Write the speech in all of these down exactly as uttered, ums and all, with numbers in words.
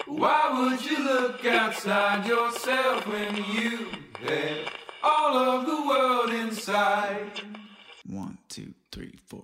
Why would you look outside yourself when you had all of the world inside? One, two, three, four.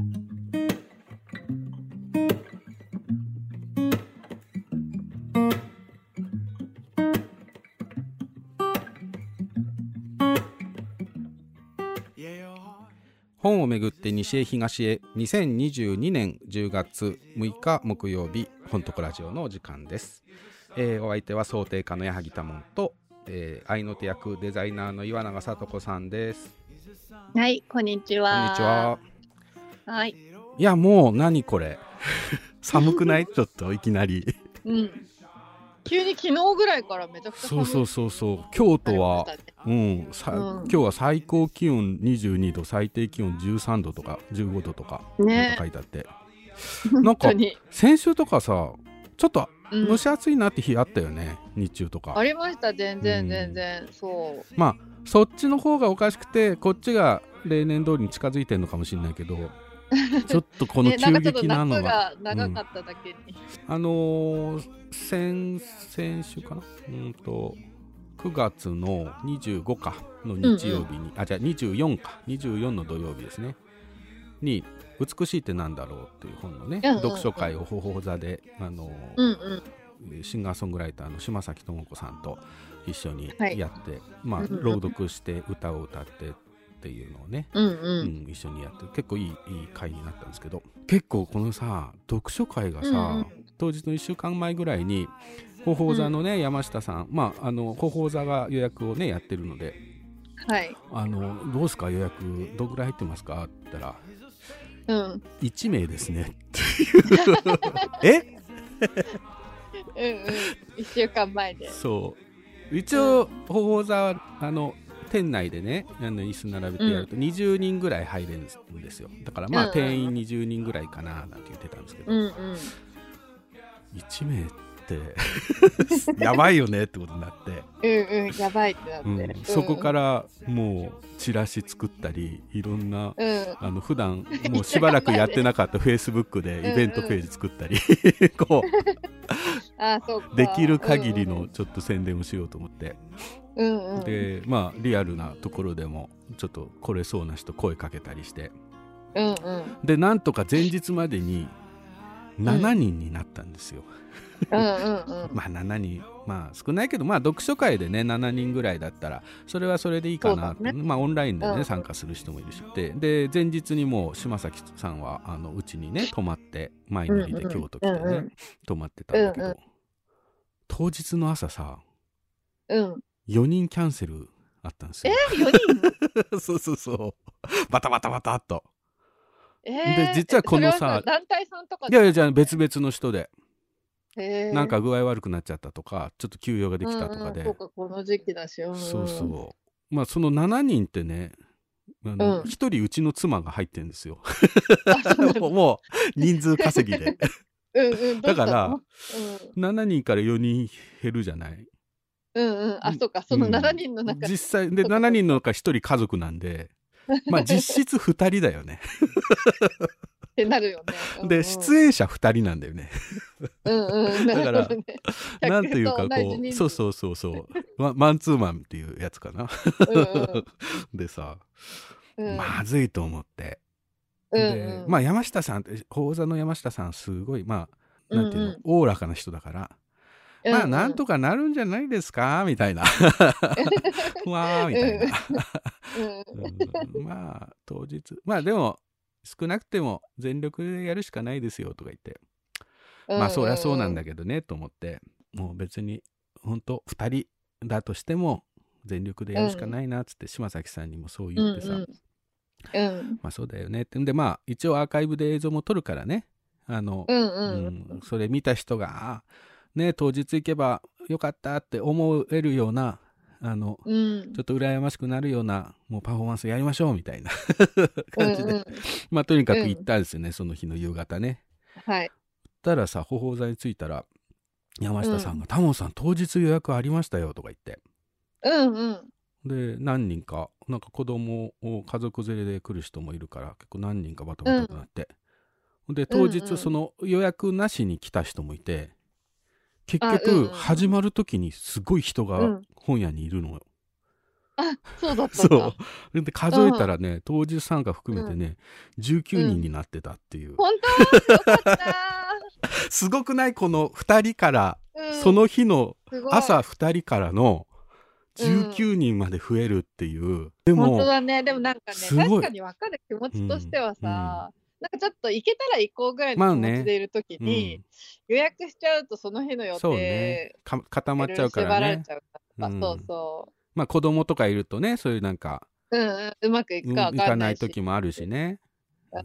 本をめぐって西へ東へにせんにじゅうにねんじゅうがつむいか木曜日、本とこラジオのお時間です。えー、お相手は想定家の矢作多門と、えー、愛の手役デザイナーの岩永聡子さんです。 はい、こんにちは。 こんにちは。 はい。 いや、もう何これ寒くない？ちょっといきなりうん。急に昨日ぐらいからめちゃくちゃ寒い。 そうそうそうそう。京都は、うん、さ、うん、今日は最高気温にじゅうにど、最低気温じゅうさんどとかじゅうごどとか、ね、書いてあって、なんか先週とかさ、ちょっと蒸し暑いなって日あったよね、うん、日中とか。 ありました。全然全然、うん、そう。 まあそっちの方がおかしくて、こっちが例年通りに近づいてるのかもしれないけど。ちょっとこの急激なのが、 ね、なんかちょっと夏が長かっただけに、 うん、あのー、先先週かな、うんとくがつのにじゅうごかの日曜日に、うんうん、あじゃあにじゅうよんかにじゅうよんの土曜日ですねに美しいってなんだろうっていう本のね、うんうんうん、読書会をほほ座で、あのーうんうん、シンガーソングライターの島崎智子さんと一緒にやって、はい、まあ、うんうん、朗読して歌を歌ってっていうのをね、うんうんうん、一緒にやって結構いい、いい会になったんですけど、結構このさ読書会がさ、うんうん、当日のいっしゅうかんまえぐらいにほほ座のね、うん、山下さん、まああのほほ座が予約をねやってるので、 はい、 あのどうですか予約どんぐらい入ってますかって言ったら、うん、いちめいですねっていうえうんうんいっしゅうかんまえで、 そう一応ほほ座はあの店内でね、あの椅子並べてやるとにじゅうにんぐらい入れるんですよ。だからまあ定員にじゅうにんぐらいかななんて言ってたんですけど、うんうん、いちめいってやばいよねってことになってうんうんやばいってなって、うん、 そこからもうチラシ作ったりいろんな、うん、あの普段もうしばらくやってなかったフェイスブックでイベントページ作ったりこうあそうかできる限りのちょっと宣伝をしようと思って、うんうん、でまあリアルなところでもちょっと来れそうな人声かけたりして、うんうん、でなんとか前日までにしちにんになったんですよ、うんうんうん、まあしちにんまあ少ないけど、まあ読書会でねしちにんぐらいだったらそれはそれでいいかなって、ね、まあオンラインでね、うん、参加する人もいるし、で, で前日にもう島崎さんはあのうちにね泊まって前乗りで京都来てね、うんうん、泊まってたんだけど、うんうん、当日の朝さ、うんよにんキャンセルあったんですよ。 えー、よにんそうそうそうバタバタバタっと、 えー、 で実はこのさ団体さんとかいやいやじゃあ別々の人で、えー、なんか具合悪くなっちゃったとかちょっと休養ができたとかで、うんうん、 そうかこの時期だし、うんうん、 そうそうまあそのしちにんってねあの、うん、ひとりうちの妻が入ってるんですよもう人数稼ぎでうん、うん、だから、うん、しちにんからよにん減るじゃない。 うんうん、あ、そうか、そのしちにんの中、 うん、実際でしちにんの中ひとり家族なんでまあ実質ふたりだよねってなるよね、 うんうん、で出演者ふたりなんだよねうんうん、 だから、ね、なんていうかこうそうそうそうそうマ, マンツーマンっていうやつかなうん、うん、でさ、うん、まずいと思って、で、うんうん、まあ山下さんって講座の山下さんすごいまあなんていうのおお、うんうん、らかな人だからまあなんとかなるんじゃないですかみたいなわーみたいな、うん、まあ当日まあでも少なくても全力でやるしかないですよとか言って、うん、まあそりゃそうなんだけどねと思って、もう別に本当ふたりだとしても全力でやるしかないなっつって島崎さんにもそう言ってさ、うんうん、まあそうだよねってんで、まあ一応アーカイブで映像も撮るからね、あの、うんうんうん、それ見た人がね、当日行けばよかったって思えるようなあの、うん、ちょっと羨ましくなるようなもうパフォーマンスやりましょうみたいな感じで、うんうん、まあとにかく行ったんですよね、うん、その日の夕方ね。 はい。 たらさほほ座に着いたら山下さんが、タモンさん当日予約ありましたよとか言って、 うんうん、 で何人かなんか子供を家族連れで来る人もいるから結構何人かバタバタとなって、うん、で当日その予約なしに来た人もいて、 結局始まる時にすごい人が本屋にいるのよ。 あ、そうだったんだ。 そう。で数えたらね、当日参加含めてね、じゅうきゅうにんになってたっていう。 本当？よかった。 すごくない？このふたりから、その日の朝ふたりからのじゅうきゅうにんまで増えるっていう。 でも本当だね。でもなんかね、確かに分かる気持ちとしてはさ、なんかちょっと行けたら行こうぐらいの気持ちでいるときに、予約しちゃうとその日の予定固まっちゃうからね。 そうそう。 まあ子供とかいるとね、そういうなんか、 うんうん、うまくいくか分かんないし。 いかない時もあるしね。 うん。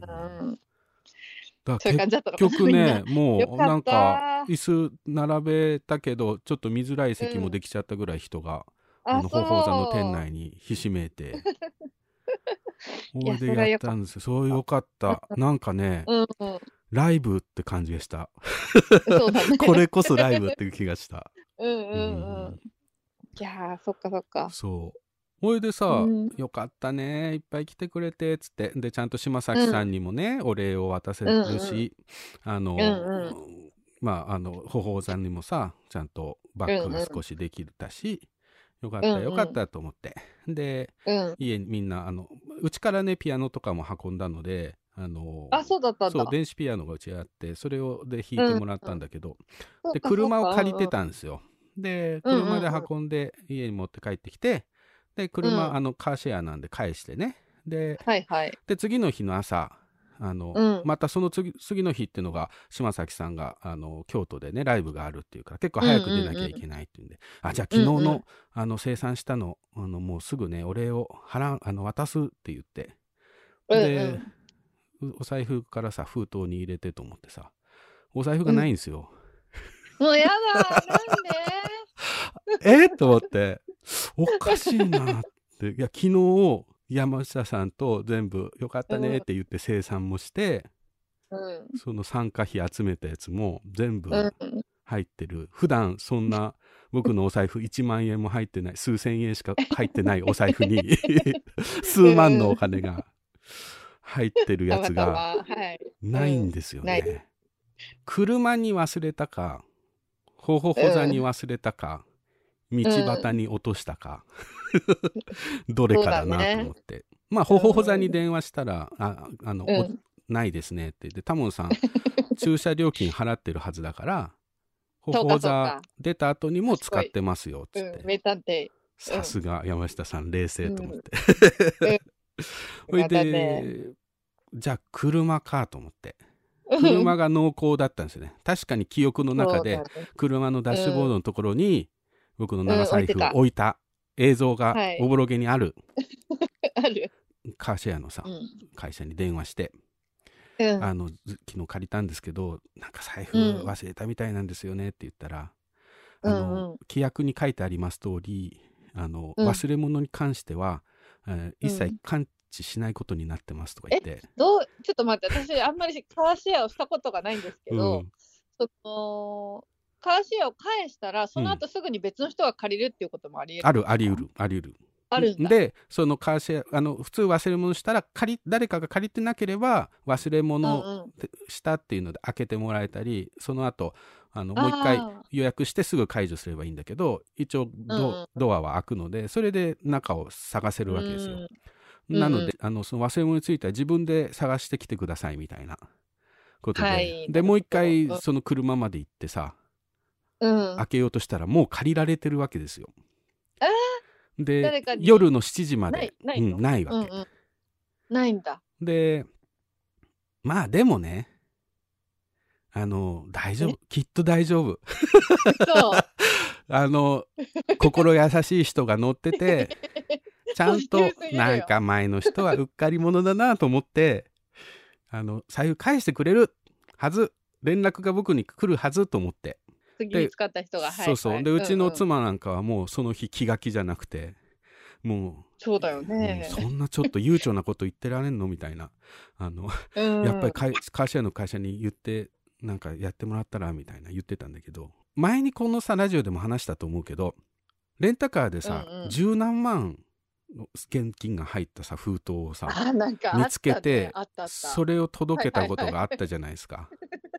だから結局ね、もうなんか椅子並べたけどちょっと見づらい席もできちゃったぐらい人が、うん、あの鳳凰座の店内にひしめいてそれでやったんですよ。そうよかった。なんかね、うんうん、ライブって感じがした。そうだね、これこそライブっていう気がした。 うんうんうん。うん、いやー、そっかそっか。 そう。それでさ、うん、よかったね、いっぱい来てくれて、つって。で、ちゃんと島崎さんにもね、うん、お礼を渡せるし、うんうん、あの、うんうん、まあ、あの、鳳凰座にもさ、ちゃんとバッグが少しできたし、うんうん、よかったよかったと思って。で、うん、家にみんな、あの、うちからね、ピアノとかも運んだので、あの、 あ、そうだったんだ。 そう、電子ピアノがうちあって、それをで弾いてもらったんだけど、うん、で、車を借りてたんですよ。で、車で運んで家に持って帰ってきて、で車、うん、あのカーシェアなんで返してね。で、 はいはい、 で次の日の朝あの、うん、またその 次, 次の日っていうのが島崎さんがあの京都でねライブがあるっていうから結構早く出なきゃいけないっていうんで、うんうんうん、あじゃあ昨日の、うんうん、あの生産したのあのもうすぐねお礼を払あの渡すって言って、で、うんうん、お財布からさ封筒に入れてと思ってさお財布がないんですよ、 うん、もうやだなんでえと思っておかしいなって。いや昨日山下さんと全部よかったねって言って生産もして、うん、その参加費集めたやつも全部入ってる、うん、普段そんな僕のお財布いちまんえんも入ってない数千円しか入ってないお財布に数万のお金が入ってるやつがないんですよね、うん、車に忘れたかほほほ座に忘れたか、うん、道端に落としたか、うん、どれかだなと思って、ね、まあほほほ座に電話したら、うん、ああの、うん、ないですねって言ってタモンさん駐車料金払ってるはずだからほほほ座出た後にも使ってますよっつって、 うん、名探偵さすが山下さん冷静と思ってそれでじゃあ車かと思って車が濃厚だったんですよね。確かに記憶の中で車のダッシュボードのところに僕の長財布を置いた映像がおぼろげにある、 あるカーシェアのさ、うん、会社に電話して、うん、あの昨日借りたんですけどなんか財布忘れたみたいなんですよねって言ったら、うん、あの規約に書いてあります通りあの、うん、忘れ物に関しては、えー、一切関しないことになってますとか言って、 えどうちょっと待って私あんまりカーシェアをしたことがないんですけど、うん、そのカーシェアを返したらその後すぐに別の人が借りるっていうこともあり得る、 うん、あるあり得るあり得るあるんだ。 でそのカーシェアあの普通忘れ物したら借り誰かが借りてなければ忘れ物したっていうので開けてもらえたり、その後あのもう一回予約してすぐ解除すればいいんだけど一応 ド,、うん、ドアは開くのでそれで中を探せるわけですよ、うんなので、うん、あのその忘れ物については自分で探してきてくださいみたいなことで、はい、でもう一回その車まで行ってさ、うん、開けようとしたらもう借りられてるわけですよ。で夜のしちじまでない、うん、ないわけ、うんうん、 ないんだ。 でまあでもねあの大丈夫きっと大丈夫そうあの心優しい人が乗っててちゃんとなんか前の人はうっかり者だなと思ってあの財布返してくれるはず連絡が僕に来るはずと思って次に使った人がそうそう、はいはい、でうちの妻なんかはもうその日気が気じゃなくてもうそうだよねそんなちょっと悠長なこと言ってられんのみたいなあの、うん、やっぱりカーシェアの会社に言ってなんかやってもらったらみたいな言ってたんだけど前にこのさラジオでも話したと思うけどレンタカーでさ、うんうん、十何万現金が入ったさ封筒をさ見つけて、ね、それを届けたことがあったじゃないですか、はいはいはい、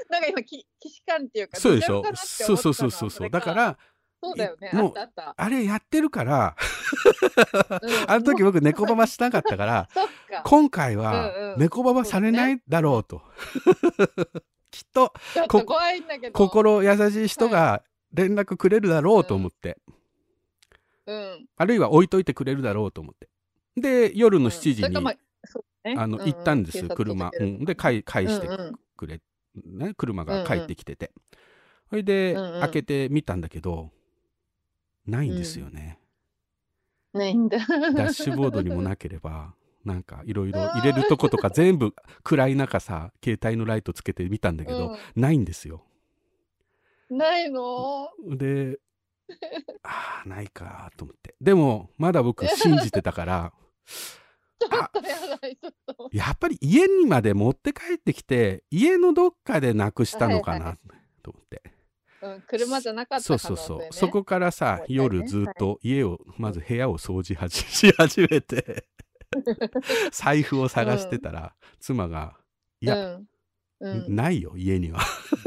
なんか今き既視感っていうか、 そうでしょ。 ビジュアルかなってそうそう思ったのはそうそうそう。 それか。 だからそうだよね。 いもうあったあった。 あれやってるから、 うんあの時僕猫ババしなかったから、 そっか。 今回うんはうん。 猫ババそうだね。 されないだろうと。きっとちょっこと怖いんだけど。 心優しい人はい。 が連絡くれるだろうと思うん。 って、 うん。 あるいは置いといてくれるだろうと思って。で、夜のうん。 7時それか、まにあ、そうね。 あのうん行ったうん。 んですよ、 警察届車。 けうん。で、 るとかね。 返返してうんうん。 くれ、ね、車うが帰っんてきてて。それうん。 で、 うんう開けてみたんだけど、ないん。 んですうん。 よね。 ないんだ。 ダッシュボードにもなければ、なんかいろいろ入れるとことか全部暗い中さ、携帯のライトつけてみたんだけど、 うないんですよ。 ん。ないの？ で、ああ、ないかと思って。でも、まだ僕信じてたから、 ちょっあ、 とやだい、ちょっと。 やっぱり家にまで持って帰ってきて、家のどっかでなくしたのかはいは。 ないと思って。 うん、車じゃなかっそうた可能そうそう。 性ね。 そこからさ、 もう一回夜ね。はい。 ずっと家を、まうずん。 部屋を掃除はじし始めて、財布をう探してん。 たら、妻が、いうや、 ん。うん。 ないよ、家には。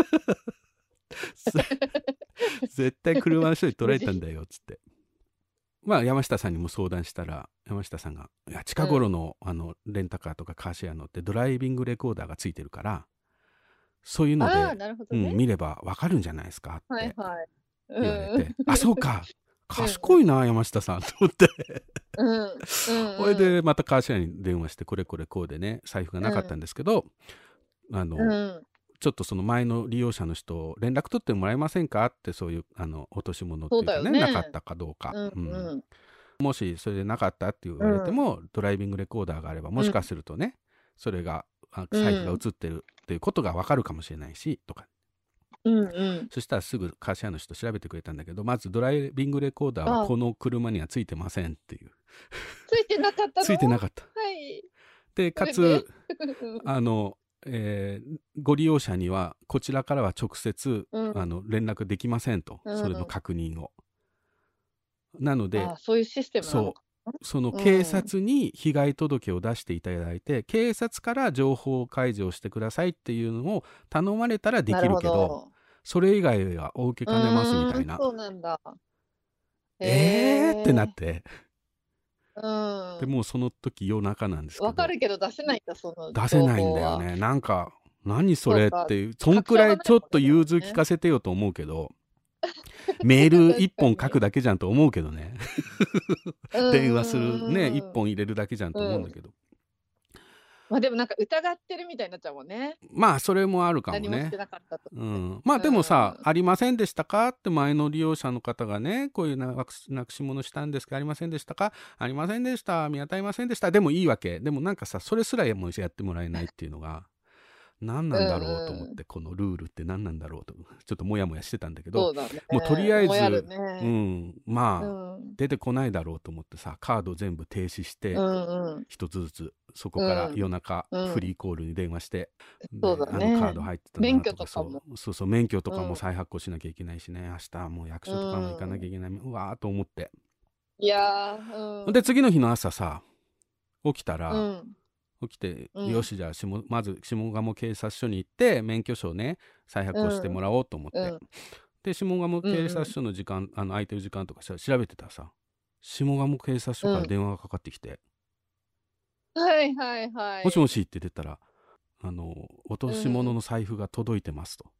絶対車の人に取ら無れたん事。 だよ、つって。まあ、山下さんにも相談したら、山下さんが、いや、 う近頃ん。 の、あの、レンタカーとかカーシェアのってドライビングレコーダーがついてるから、そういうのああ、 で、 なるほどうん、 ね。 見ればわかるんじゃないですかっはいてはい。う言われんうん。 て、あ、そうか、 うん賢いな、山下さんと思って。 うん。うんうんうん。 それで、またカーシェアに電話して、これこれこうでね、財布がなかったんですけど、あうの、 ん。 ちょっとその前の利用者の人、連絡取ってもらえませんかって、そういう、あの、落とし物ってそうだよいうかね、なかっね。 たかどうか。 うんうん。 うん。 もしそれでなかったって言うわれてん。 も、ドライビングレコーダーがあれば、もうん。 しかするとね、それが、あう財布がん。 映ってるっていうことがわかるかもしれないし、とか。 うんうん。 そしたらすぐカーシェアの人調べてくれたんだけど、まずドライビングレコーダーはあ、 この車にはついてませんっていう。 ついてなかったついての？ なかった。 はい。 で、かそれで？ つ、 うん。 あの、えーご利用者には、こちらからは直接、 うん。 あの、連絡できませんと。 うそれのん。 確認を。なので、 ああ、そういうシステムなのそかな？ う、そのう警ん。 察に被害届を出していただいて、警察から情報開示をしてくださいっていうのを頼まれたらでなるほきるけど、 ど。 それ以外はお受けうかねますみたーん、 いな。 そうなんだ。 えーってなへえ。 って、 うでん。 もうその時夜中なんですけわかど、 るけど出せないんだ、その情出せないん報は。 だよね。なんか、何そそうか、 れっていう、そん確くらいちょっ証がないもんね、でもと融通聞ね。 かせてよと思うけど、メール一確か本書くに。 だけじゃんと思うけどね。 うん電話するね、一うんうん本入れるだけじゃんと思うんうん。 だけど。 ま、でもなんか疑ってるみたいになっちゃうもんね。 まあ、それもあるかも何もしてね。 なかったとして。 うん。まあうでもさ、 ん。 ありませんでしたかって前の利用者の方がね、こういうなくしなくし物したんですかありませんでしたかありませんでした。見当たりませんでした。でもいいわけ。でもなんかさ、それすらもやってもらえないっていうのが、何うなんだろうと思っんうん。 て、このルールって何なんだろうと、ちょっともやもやしてたんだけど、 そうだもうとりあね。 えもやるず、うね。 ん、 うまあ、 ん。 出てこないだろうと思ってさ、カード全部停止しうて、 んうん。 一つずつ、そこうからん。 夜中、 うん。 フリーコールに電話して、 そうで、 だあのカーね。 ド入ってた免なとか、 許とかも。 そう、そうそう、免許とうかもん。 再発行しなきゃいけないしね、明日はもう役う所とかも行かなきゃん。 いけない、うわーと思って。 いやー、 で、 うん。 次の日の朝さ、起きたうら、 ん。 起きて、 うん。 よし、じゃあ下、まず下鴨警察署に行って、免許証をね、再発う行してもん。 らおうと思っうて。 ん。 で、下鴨うん警察うん。 署の時間、あの、空いてる時間とかさ調べてたらさ、下鴨警察署からうん。 電話がかかってきて、 はいはいはもしもい。 しって出たら、あの、落うとし物ん。 の財布が届いてますと。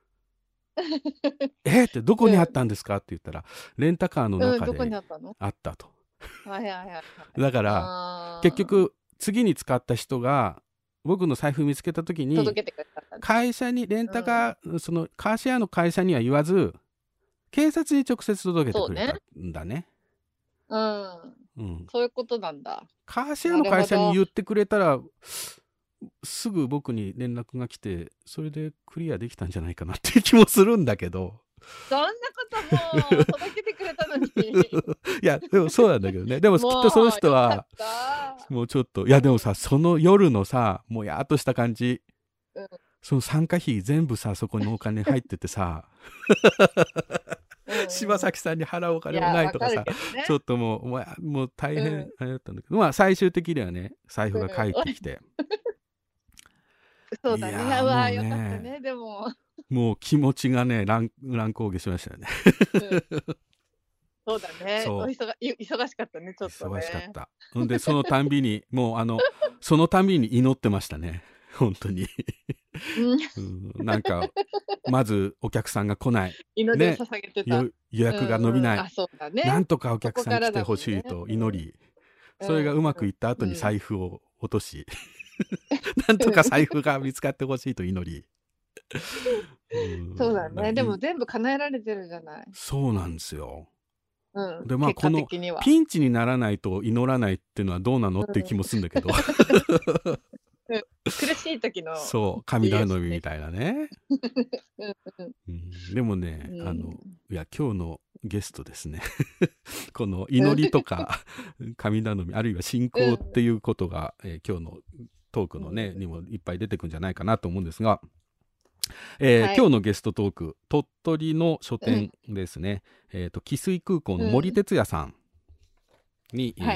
えーってどこにあっうん。 たんですかって言ったら、レンタカーのうん、どこに中であったの？ あったと。 はいはいはいはい。 だから、結ああ。 局、次に使った人が、僕の財布見つけた時に、 届けてくれたんだね。 会社に、レンタうん。 カー、そのカーシェアの会社には言わず、警察に直接届けてそうくれたね。 んだね。 うん。 うん。 そういうことなんだ。 カーシェアなるほの会社にど。 言ってくれたら、すぐ僕に連絡が来て、それでクリアできたんじゃないかなっていう気もするんだけど。 そんなこともう届けてくれたのに。 いや、でもそうなんだけどね。でもきっとそのもう、よかっ人は、 た。 もうちょっと、いやでもうん。 さ、その夜のさ、もやっとした感じ、 うん。 その参加費全部さ、そこにお金入っててさ、 うん柴うん。 崎さんに払うおい金もや、 ないとかさ、 わかるけどちょね。 っともう、もうもう大変うん。 あれだったんだけど、まあ最終的にはね、財布うん。 が返っおいてきて、 そうだね。うわ、よかったね、でも。 もう気持ちがね、乱高下しましたよね。 そうだね。そう忙忙しかったね、ちょっとね。 忙しかった。ほんで、そのたんびに、もうあの、そのたんびに祈ってましたね。本当に。うん、なんか、まずお客さんが来ない。 祈りを捧げてた。 予約が伸びない。 うんうん、あ、そうだね。 なんとかお客さん来てほしいと祈り、それがうまくいった後に財布を落とし、なんとか財布が見つかってほしいと祈り。 うん、そうだね。でも全部叶えられてるじゃない。 そうなんですよ。 うん、 でまあこのピンチにならないと祈らないっていうのはどうなのっていう気もするんだけど、 うん、苦しい時のそう神頼みみたいなね。うん、でもね、うん、あのいや今日のゲストですねこの祈りとか神頼みあるいは信仰っていうことが、うんえー、今日のトークのねにもいっぱい出てくるんじゃないかなと思うんですが、えーはい、今日のゲストトーク鳥取の書店ですね、うんえー、と汽水空港の森哲也さんに、うんえーはい、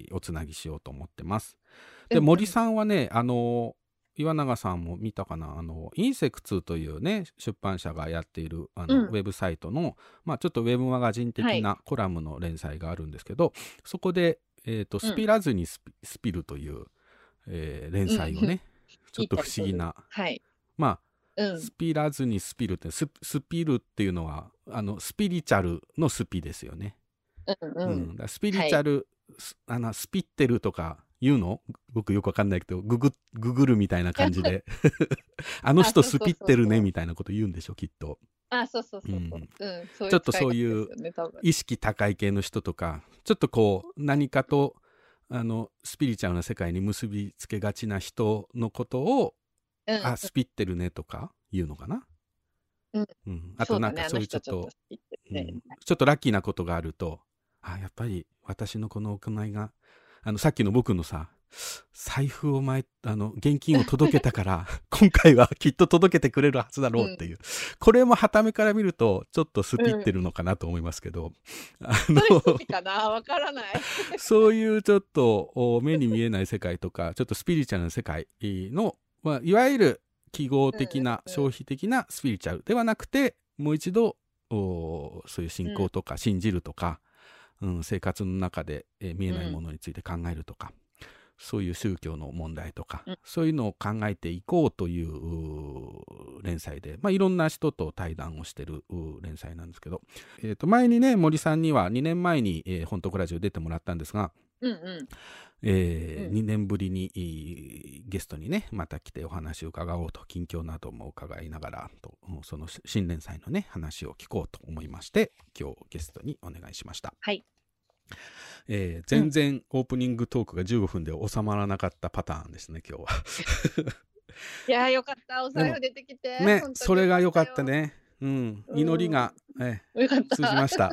おつなぎしようと思ってます。で森さんはね、あの岩永さんも見たかな、あのインセクツというね出版社がやっているあの、うん、ウェブサイトの、まあ、ちょっとウェブマガジン的なコラムの連載があるんですけど、はい、そこで、えーと、スピらずにス ピ,、うん、スピルという、えー、連載をね、うん、ちょっと不思議な、 はい、 まあ、うん、スピらずにスピルってス、スピルっていうのはあのスピリチャルのスピですよね。 うんうんうん、 だスピリチャル、はい、あのスピってるとか言うの僕よくわかんないけどググググるみたいな感じであの人スピってるねみたいなこと言うんでしょきっと。 あそうそうそうそう、うんうん、ちょっとそういう意識高い系の人とかちょっとこう何かとあのスピリチュアルな世界に結びつけがちな人のことを、うん、あスピってるねとか言うのかな、 うんうん、あとなんかそういうちょっと、ねうん、ちょっとラッキーなことがあるとあやっぱり私のこの行いがあのさっきの僕のさ財布を前あの現金を届けたから今回はきっと届けてくれるはずだろうっていう、うん、これも傍目から見るとちょっとスピってるのかなと思いますけど、うん、 あのそれスピかなわからないそういうちょっと目に見えない世界とかちょっとスピリチュアルな世界の、まあ、いわゆる記号的な、うん、消費的なスピリチュアルではなくてもう一度そういう信仰とか信じるとか、うん、生活の中で、えー、見えないものについて考えるとか、うん、そういう宗教の問題とか、うん、そういうのを考えていこうという連載で、まあ、いろんな人と対談をしてる連載なんですけど、えー、と前にね森さんにはにねんまえに、えー、本徳ラジオ出てもらったんですが、 うんうんえーうん、にねんぶりにゲストにねまた来てお話を伺おうと近況なども伺いながらとその新連載のね話を聞こうと思いまして今日ゲストにお願いしました。 はい、 えー、全然オープニングトークがじゅうごふんで収まらなかったパターンですね今日は。 いやーよかったお財布出てきてねそれがよかったね、うん、祈りが、えー、通じました。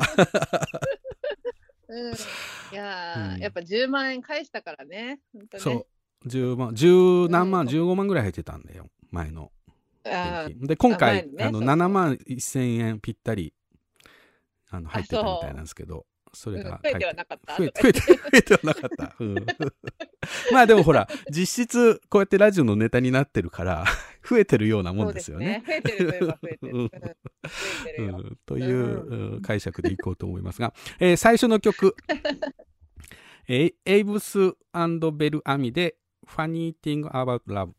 うん、いや、うん、やっぱじゅうまんえん返したからね。本当ねそうじゅうまんじゅう何万、うん、じゅうごまんぐらい入ってたんだよ前ので今回あ、ね、あのななまんせんえんぴったりあの入ってたみたいなんですけどそれが、 うん、増えてはなかった増えて、増えて、増えてはなかった、うん、まあでもほら実質こうやってラジオのネタになってるから増えてるようなもんですよね。 増えてるといえば増えてる、うん、増えてるよ、 うん、という、うん、解釈でいこうと思いますが、えー、最初の曲エイブス&ベルアミで Funny Thing About Love。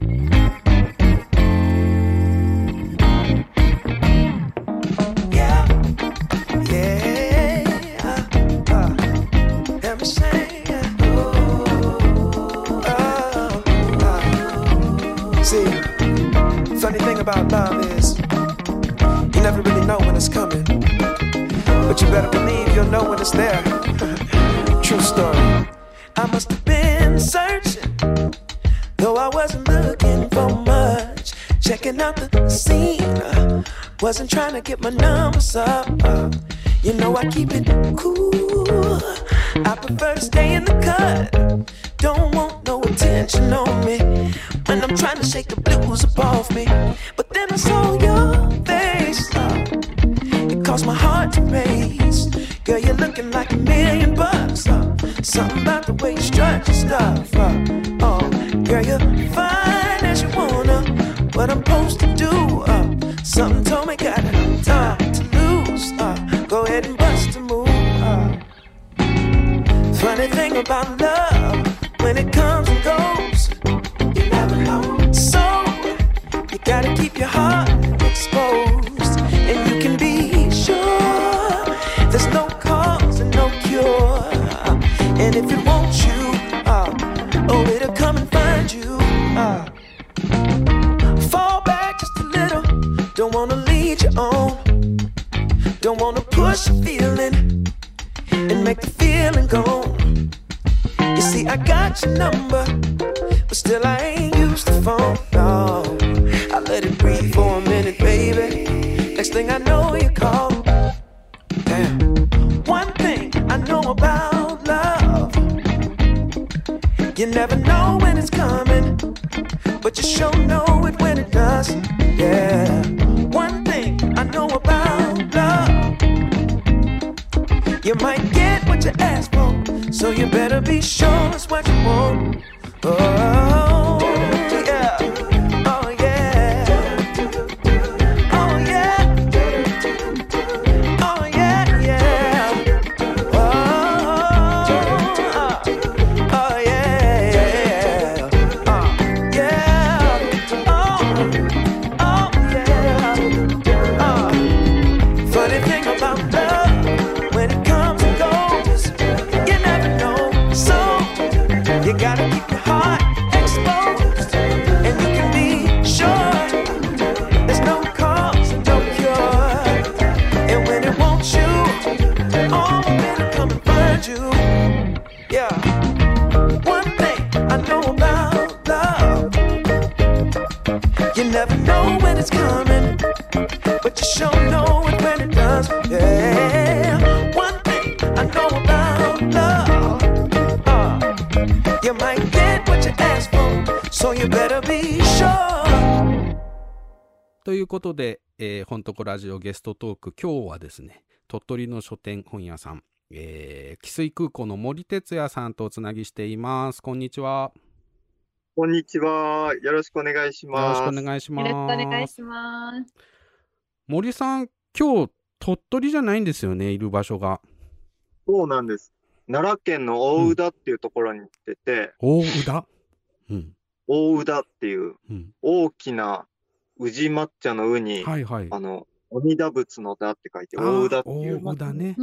Funny thing about love is you never really know when it's coming, but you better believe you'll know when it's there. True story. I must have been searching, though I wasn't looking for much. Checking out the scene, uh, wasn't trying to get my numbers up. Uh, you know I keep it cool. I prefer to stay in the cut. Don't want no attention on me when I'm trying to shake the blues up off me. But then I saw your face, uh, it caused my heart to race. Girl, you're looking like a million bucks. Uh, something about the way you strut your stuff. Uh, oh, girl, you're fine as you wanna what I'm supposed to do. Uh, something told me got time to lose. Uh, go ahead and bust a move. Uh, funny thing about love, when it comes and goes, you never know. So you gotta keep your heart exposed, and you can be sure there's no cause and no cure. And if it wants you, uh, oh, it'll come and find you. Uh, fall back just a little, don't wanna lead you on, don't wanna push a feeling and make the feeling go. You see, I got your number, but still I ain't used the phone, no. I let it breathe for a minute, baby. Next thing I know, you call. Damn. One thing I know about love, you never know when it's coming, but you sure know it when it does. Yeah. One thing I know about love, you might get what you ask for, so you better be sure it's what you want. Oh, yeah. Oh, yeah. Oh, yeah. Oh, yeah, yeah. Oh, oh, yeah, yeah. Uh, yeah. Oh, oh, yeah. Uh, funny thing about love, when it comes and goes, you never know. So you gotta keep your heart exposed, and you can be sure there's no cause and no cure. And when it wants you, oh, it'll come and find you. Yeah. One thing I know about love, you never know when it's coming, but you sure know it when it does. Yeah. One thing I know about love, uh, you might get what you ask for, so you better be sure. ということで、えー、ほんとこラジオゲストトーク、今日はですね、鳥取の書店本屋さん、えー、汽水空港の森哲也さんとおつなぎしています。こんにちは。 こんにちは。よろしくお願いします。 よろしくお願いします。 よろしくお願いします。 森さん、今日鳥取じゃないんですよね、いる場所が。 そうなんです。奈良県の大宇田っていうところに来てて、 うん、大宇田、うん、 大宇田っていう、 うん、 大きな宇治抹茶の宇に、 はいはい、 あの、阿弥陀仏の田って書いて、大宇田っていう。 大宇田ね。 うん。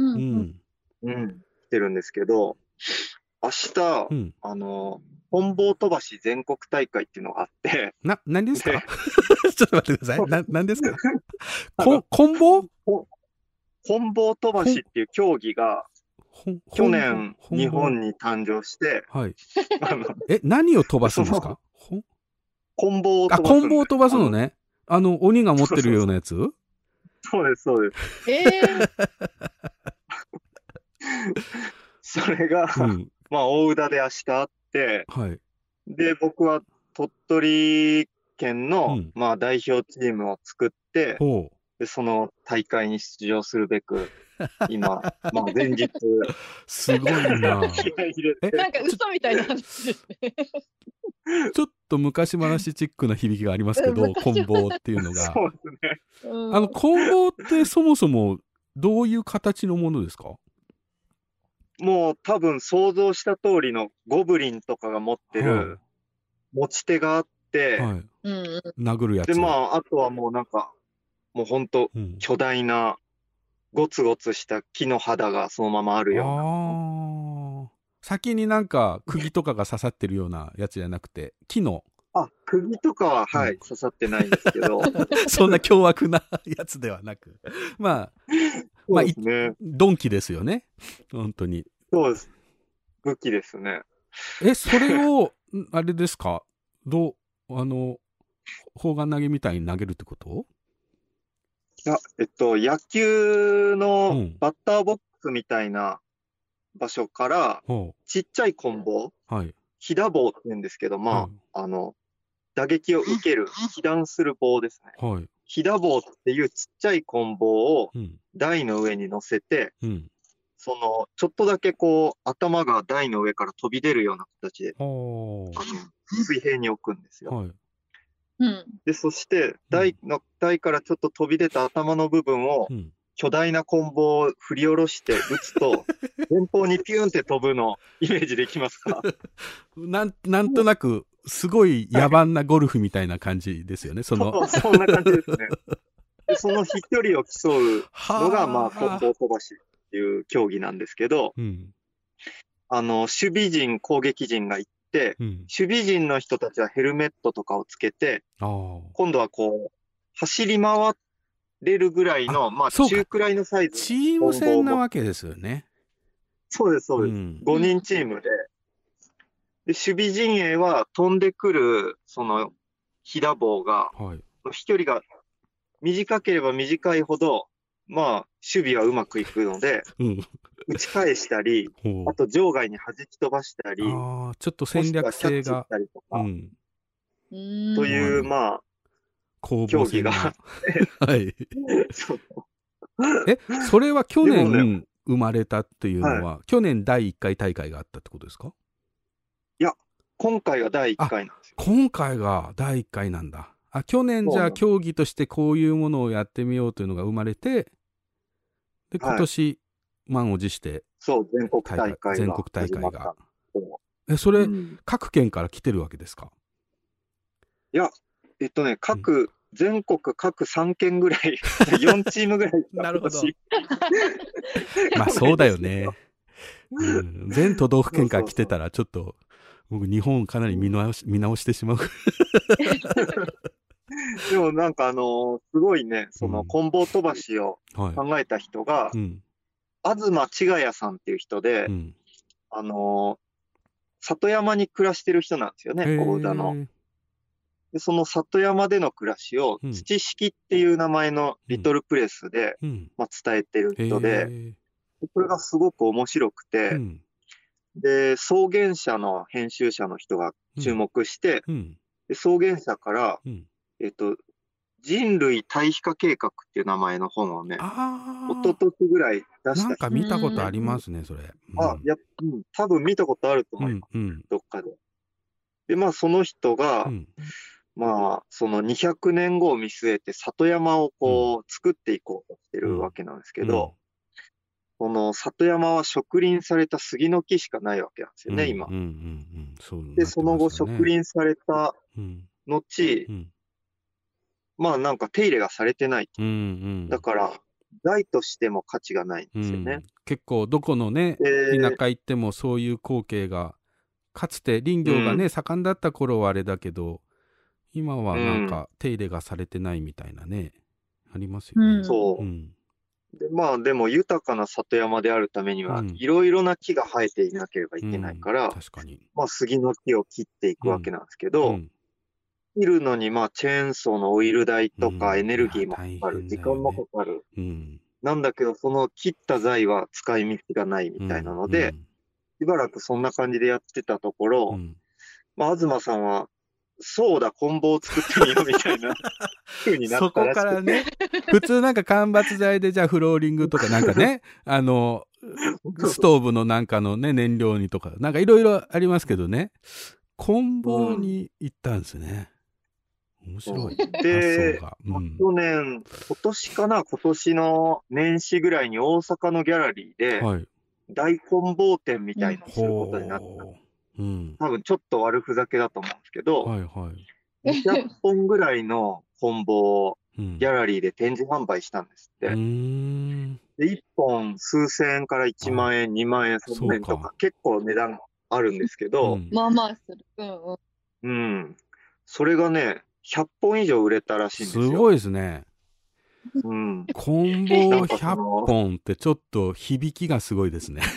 うん。来てるんですけど、明日、うん、あの、棍棒飛ばし全国大会っていうのがあって。 な、何ですかちょっと待ってください。な、何ですかこ、棍棒棍棒飛ばしっていう競技が、去年、日本に誕生して、 はい。え、何を飛ばすんですか棍棒を飛ばす。 あ、棍棒を飛ばすのね。あの、鬼が持ってるようなやつそうです、そうです。 えー、それが、うん、まあ、大宇田で明日あって、 はい。 で、僕は鳥取県の、うん、まあ、代表チームを作って、 ほう。 で、その大会に出場するべく、今、まあ、前日。 すごいな。 え、なんか嘘みたいな話ですね。 ちょっと昔話チックな響きがありますけど、棍棒っていうのが。 そうですね。 あの、棍棒ってそもそもどういう形のものですか？ もう多分想像した通りのゴブリンとかが持ってる持ち手があって、 はい、殴るやつ。 で、まあ、あとはもうなんか、もうほんと巨大なゴツゴツした木の肌がそのままあるような。 ああ。先になんか釘とかが刺さってるようなやつじゃなくて、木の。 あ、釘とかは、はい、うん、刺さってないんですけど。 そんな凶悪なやつではなく。まあ、まあ、 そうですね。 ドンキですよね。本当に。 そうです。武器ですね。 え、それを、あれですか？どう、あの、砲丸投げみたいに投げるってこと？ いや、えっと、野球のバッターボックスみたいな場所から、うん、ちっちゃい棍棒、 はい、 被打棒って言うんですけど、まあ、はい、あの、打撃を受ける、被弾する棒ですね。 はい、 被打棒っていうちっちゃい棍棒を台の上に乗せて、 うん、 その、ちょっとだけこう、頭が台の上から飛び出るような形で、あの水平に置くんですよ。 はい、 うん。 で、そして台の、台からちょっと飛び出た頭の部分を、 うん巨大な棍棒を振り下ろして打つと、前方にピューンって飛ぶのイメージできますか？ なん、なんとなく、すごい野蛮なゴルフみたいな感じですよね、その。 そう、そんな感じですね。で、その飛距離を競うのが、まあ、棍棒飛ばしっていう競技なんですけど、 うん、 あの、守備陣、攻撃陣が行って、うん、守備陣の人たちはヘルメットとかをつけて、今度はこう、走り回ってれるぐらいの、まあ、中くらいのサイズ。 チーム戦なわけですよね。 そうです、そうです。うん、ごにんチームで。で、守備陣営は飛んでくる、その、ひだ棒が、はい、飛距離が短ければ短いほど、まあ、守備はうまくいくので、うん、打ち返したり、あと場外に弾き飛ばしたり、 あちょっと戦略性が。 したりとか、 うん、 という、まあ、競技が。はい。 え、それは去年生まれたっていうのは、はい、去年だいいっかい大会があったってことですか？ いや、今回がだいいっかいなんですよ。 今回がだいいっかいなんだ。あ、去年じゃあ競技としてこういうものをやってみようというのが生まれて、で、今年、はい、満を持して、 そう、全国大会が。 全国大会が。え、それ、うん、各県から来てるわけですか？ いや、えっとね、各、うん、全国各さんけんぐらい、よんチームぐらい。 なるほど。まあそうだよね、うん。全都道府県から来てたら、ちょっと、僕、日本かなり見直し、見直してしまう。 でもなんかあのー、すごいね、その、棍棒飛ばしを考えた人が、うん、東千賀谷さんっていう人で、うん、あのー、里山に暮らしてる人なんですよね、大田の。で、その里山での暮らしを、土式っていう名前のリトルプレスで、うんまあ、伝えてる人で、で、これがすごく面白くて、うん、で、草原社の編集者の人が注目して、うん、で草原社から、うん、えっと、人類対比化計画っていう名前の本をね、一昨年ぐらい出した。 なんか見たことありますね、それ。 うん、あ、いや、うん、多分見たことあると思います、うんうん、どっかで。で、まあ、その人が、うんまあ、そのにひゃくねんごを見据えて里山をこう作っていこうとしてるわけなんですけど、うんうん、この里山は植林された杉の木しかないわけなんですよね、今。で、その後植林された後、うんうん、まあなんか手入れがされてない。うんうん、だから、害としても価値がないんですよね。うん、 結構どこのね、えー、田舎行ってもそういう光景が、かつて林業がね、うん、盛んだった頃はあれだけど、今はなんか手入れがされてないみたいなね、うん、ありますよね。 うん、そう、うん。で。まあでも豊かな里山であるためには、いろいろな木が生えていなければいけないから、うん、 確かに。 まあ杉の木を切っていくわけなんですけど、うん、切るのにまあチェーンソーのオイル代とかエネルギーもかかる、ね、時間もかかる、うん。なんだけどその切った材は使い道がないみたいなので、しばらくそんな感じでやってたところ、まあ東さんはそうだ、棍棒を作ってみようみたいな風になったらしくて。 そこからね、普通なんか間伐材でじゃあフローリングとかなんかね、あの、ストーブのなんかのね、燃料にとか、なんかいろいろありますけどね、棍棒に行ったんですね。うん、面白い。 で、うん、去年、今年かな、今年の年始ぐらいに大阪のギャラリーで、はい、大棍棒展みたいなのをすることになった。うん、多分ちょっと悪ふざけだと思うんですけど、はいはい、にひゃっぽんぐらいの棍棒をギャラリーで展示販売したんですって。うん、でいっぽん数千円からいちまんえん、にまんえん、さんまんえんとか結構値段あるんですけど、うん、 まあまあする。うんうん。 うん。それがね、ひゃっぽん以上売れたらしいんですよ。 すごいですね。 うん。 棍棒ひゃっぽんってちょっと響きがすごいですね。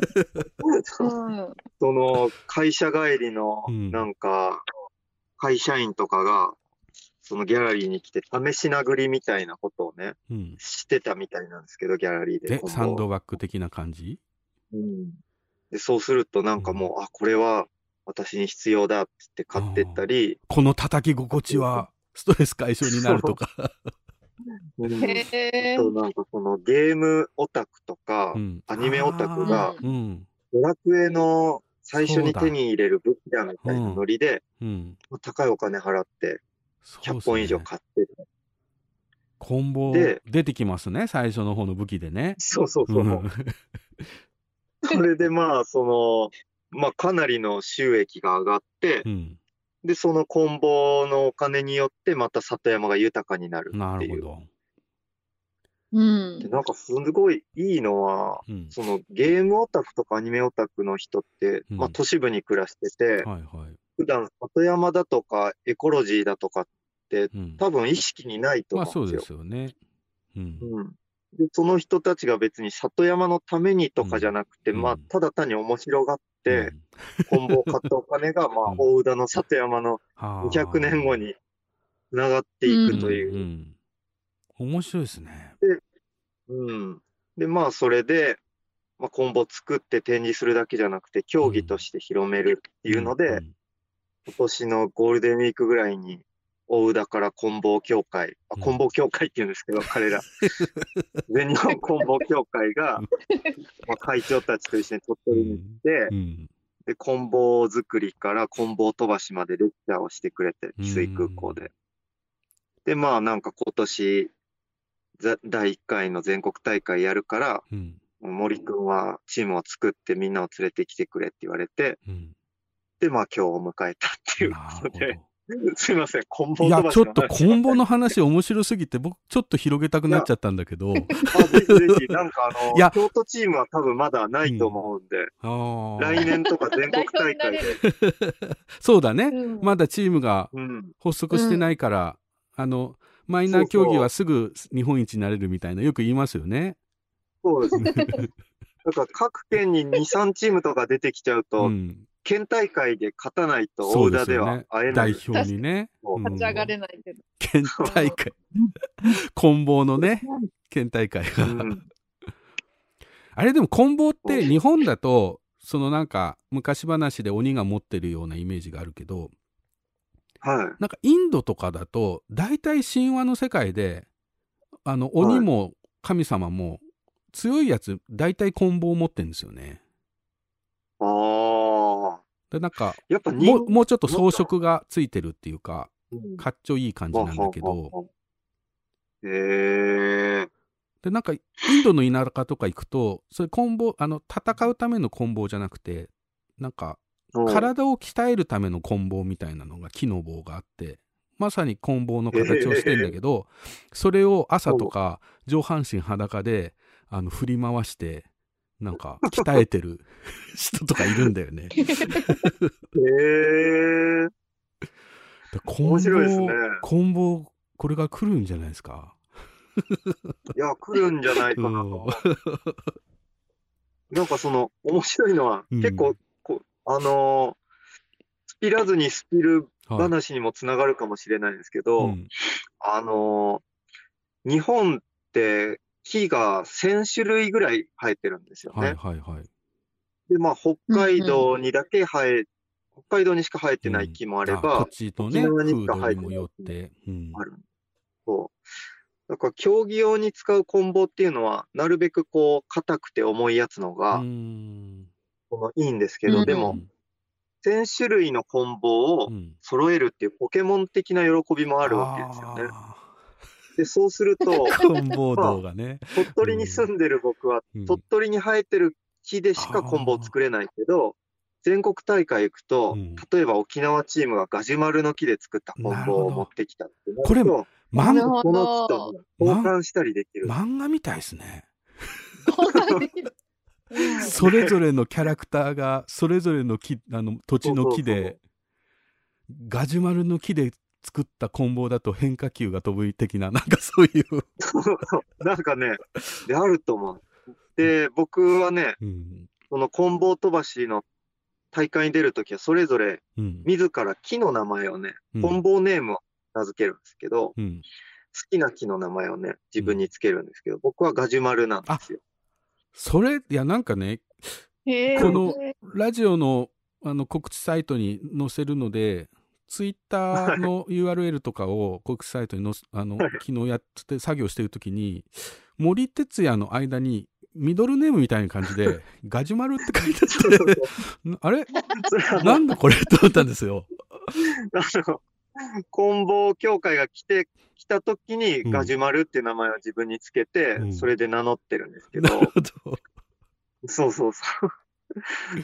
その会社帰りのなんか会社員とかがそのギャラリーに来て試し殴りみたいなことをね、うん、してたみたいなんですけど、ギャラリーで。 え、サンドバッグ的な感じ？ うん。で、そうするとなんかもう、うん、あ、これは私に必要だって言って買ってったり。 この叩き心地はストレス解消になるとか。 うん、へとなんかそのゲームオタクとか、うん、アニメオタクが、うん、ドラクエの最初に手に入れる武器だみたいなノリで、うん、高いお金払ってひゃっぽん以上買ってる。 棍棒出てきますね、最初の方の武器でね。 そうそうそう。うん、それでまあ、その、まあかなりの収益が上がって、うん、で、その棍棒のお金によってまた里山が豊かになるっていう。なるほど。うん、でなんかすごいいいのは、うん、そのゲームオタクとかアニメオタクの人って、うん、まあ都市部に暮らしてて、はいはい、普段里山だとかエコロジーだとかって、うん、多分意識にないと思うんですよ。まあそうですよね。うんうん、でその人たちが別に里山のためにとかじゃなくて、うん、まあただ単に面白がって、うん、棍棒を買ったお金が、まあ大宇田の里山のにひゃくねんごにつながっていくという。うんうん面白いですね。 で、うん。で、まあ、それで、まあ、棍棒作って展示するだけじゃなくて、競技として広めるっていうので、うんうん、今年のゴールデンウィークぐらいに、大宇田から棍棒協会、あ棍棒協会って言うんですけど、うん、彼ら、全日本棍棒協会が、まあ、会長たちと一緒に鳥取に行って、うんうん、で、棍棒作りから棍棒飛ばしまでレクチャーをしてくれて、翡翠空港で。で、まあ、なんか今年、だいいっかいの全国大会やるから、うん、森くんはチームを作ってみんなを連れてきてくれって言われて、うん、で、まあ今日を迎えたっていうことで、すいません、棍棒飛ばしの話。いや、 ちょっと棍棒の話面白すぎて、僕ちょっと広げたくなっちゃったんだけど。あ、ぜひぜひ、なんかあの、京都チームは多分まだないと思うんで、うん、来年とか全国大会で。 そうだね、うん、まだチームが発足してないから、うん、あの、マイナー競技はすぐ日本一になれるみたいな、よく言いますよね。 そうですね。だから各県にに、さんチームとか出てきちゃうと、うん、県大会で勝たないと大宇田では会えない。 代表にね。 勝ち上がれないけど。 県大会。棍棒のね、県大会が。うん、あれでも棍棒って日本だと、そのなんか昔話で鬼が持ってるようなイメージがあるけど、はい、なんかインドとかだと大体神話の世界であの鬼も神様も強いやつ大体棍棒を持ってるんですよね。ああ。でなんかやっぱもう、もうちょっと装飾がついてるっていうか、かっちょいい感じなんだけど。へえ。でなんかインドの田舎とか行くとそれ棍棒あの戦うための棍棒じゃなくてなんか体を鍛えるための棍棒みたいなのが木の棒があってまさに棍棒の形をしてんだけど、えー、それを朝とか上半身裸であの振り回してなんか鍛えてる人とかいるんだよね。へえー、面白いですね。棍棒これが来るんじゃないですか。 いや来るんじゃないかなと。なんかその面白いのは、うん、結構あのー、スピらずにスピる話にもつながるかもしれないんですけど、はいうん、あのー、日本って木がせんしゅるいぐらい生えてるんですよね。はいはいはい、で、まあ、北海道にだけ生え、うんうん、北海道にしか生えてない木もあれば、 うん、土地とね、風土にもよって、 うん、ある。そう。だから競技用に使う棍棒っていうのは、なるべくこう、硬くて重いやつのが、うんこのいいんですけど、うん、でも、せんしゅるいの棍棒を揃えるっていうポケモン的な喜びもあるわけですよね。で、そうすると、 棍棒動画ね、 まあ、鳥取に住んでる僕は、うん、鳥取に生えてる木でしか棍棒作れないけど、全国大会行くと、うん、例えば沖縄チームがガジュマルの木で作った棍棒を持ってきたってなると、これ、 漫画この木と交換したりできる。 漫画みたいですね。それぞれのキャラクターがそれぞれの木あの土地の木でそうそうそうガジュマルの木で作った棍棒だと変化球が飛ぶ的ななんかそういうなんかねであると思う。で僕はね、うん、その棍棒飛ばしの大会に出るときはそれぞれ自ら木の名前をね、うん、棍棒ネームを名付けるんですけど、うん、好きな木の名前をね自分につけるんですけど、僕はガジュマルなんですよ。 それいやなんかねこのラジオのあの告知サイトに載せるのでツイッターの ユーアールエル とかを告知サイトに載せあの昨日やって作業してるときに森哲也の間にミドルネームみたいな感じでガジュマルって書いてあってあれなんだこれと思ったんですよ。 あの棍棒協会が来て、来た時にガジュマルっていう名前を自分につけて、うん、それで名乗ってるんですけど。なるほど。そうそうそう。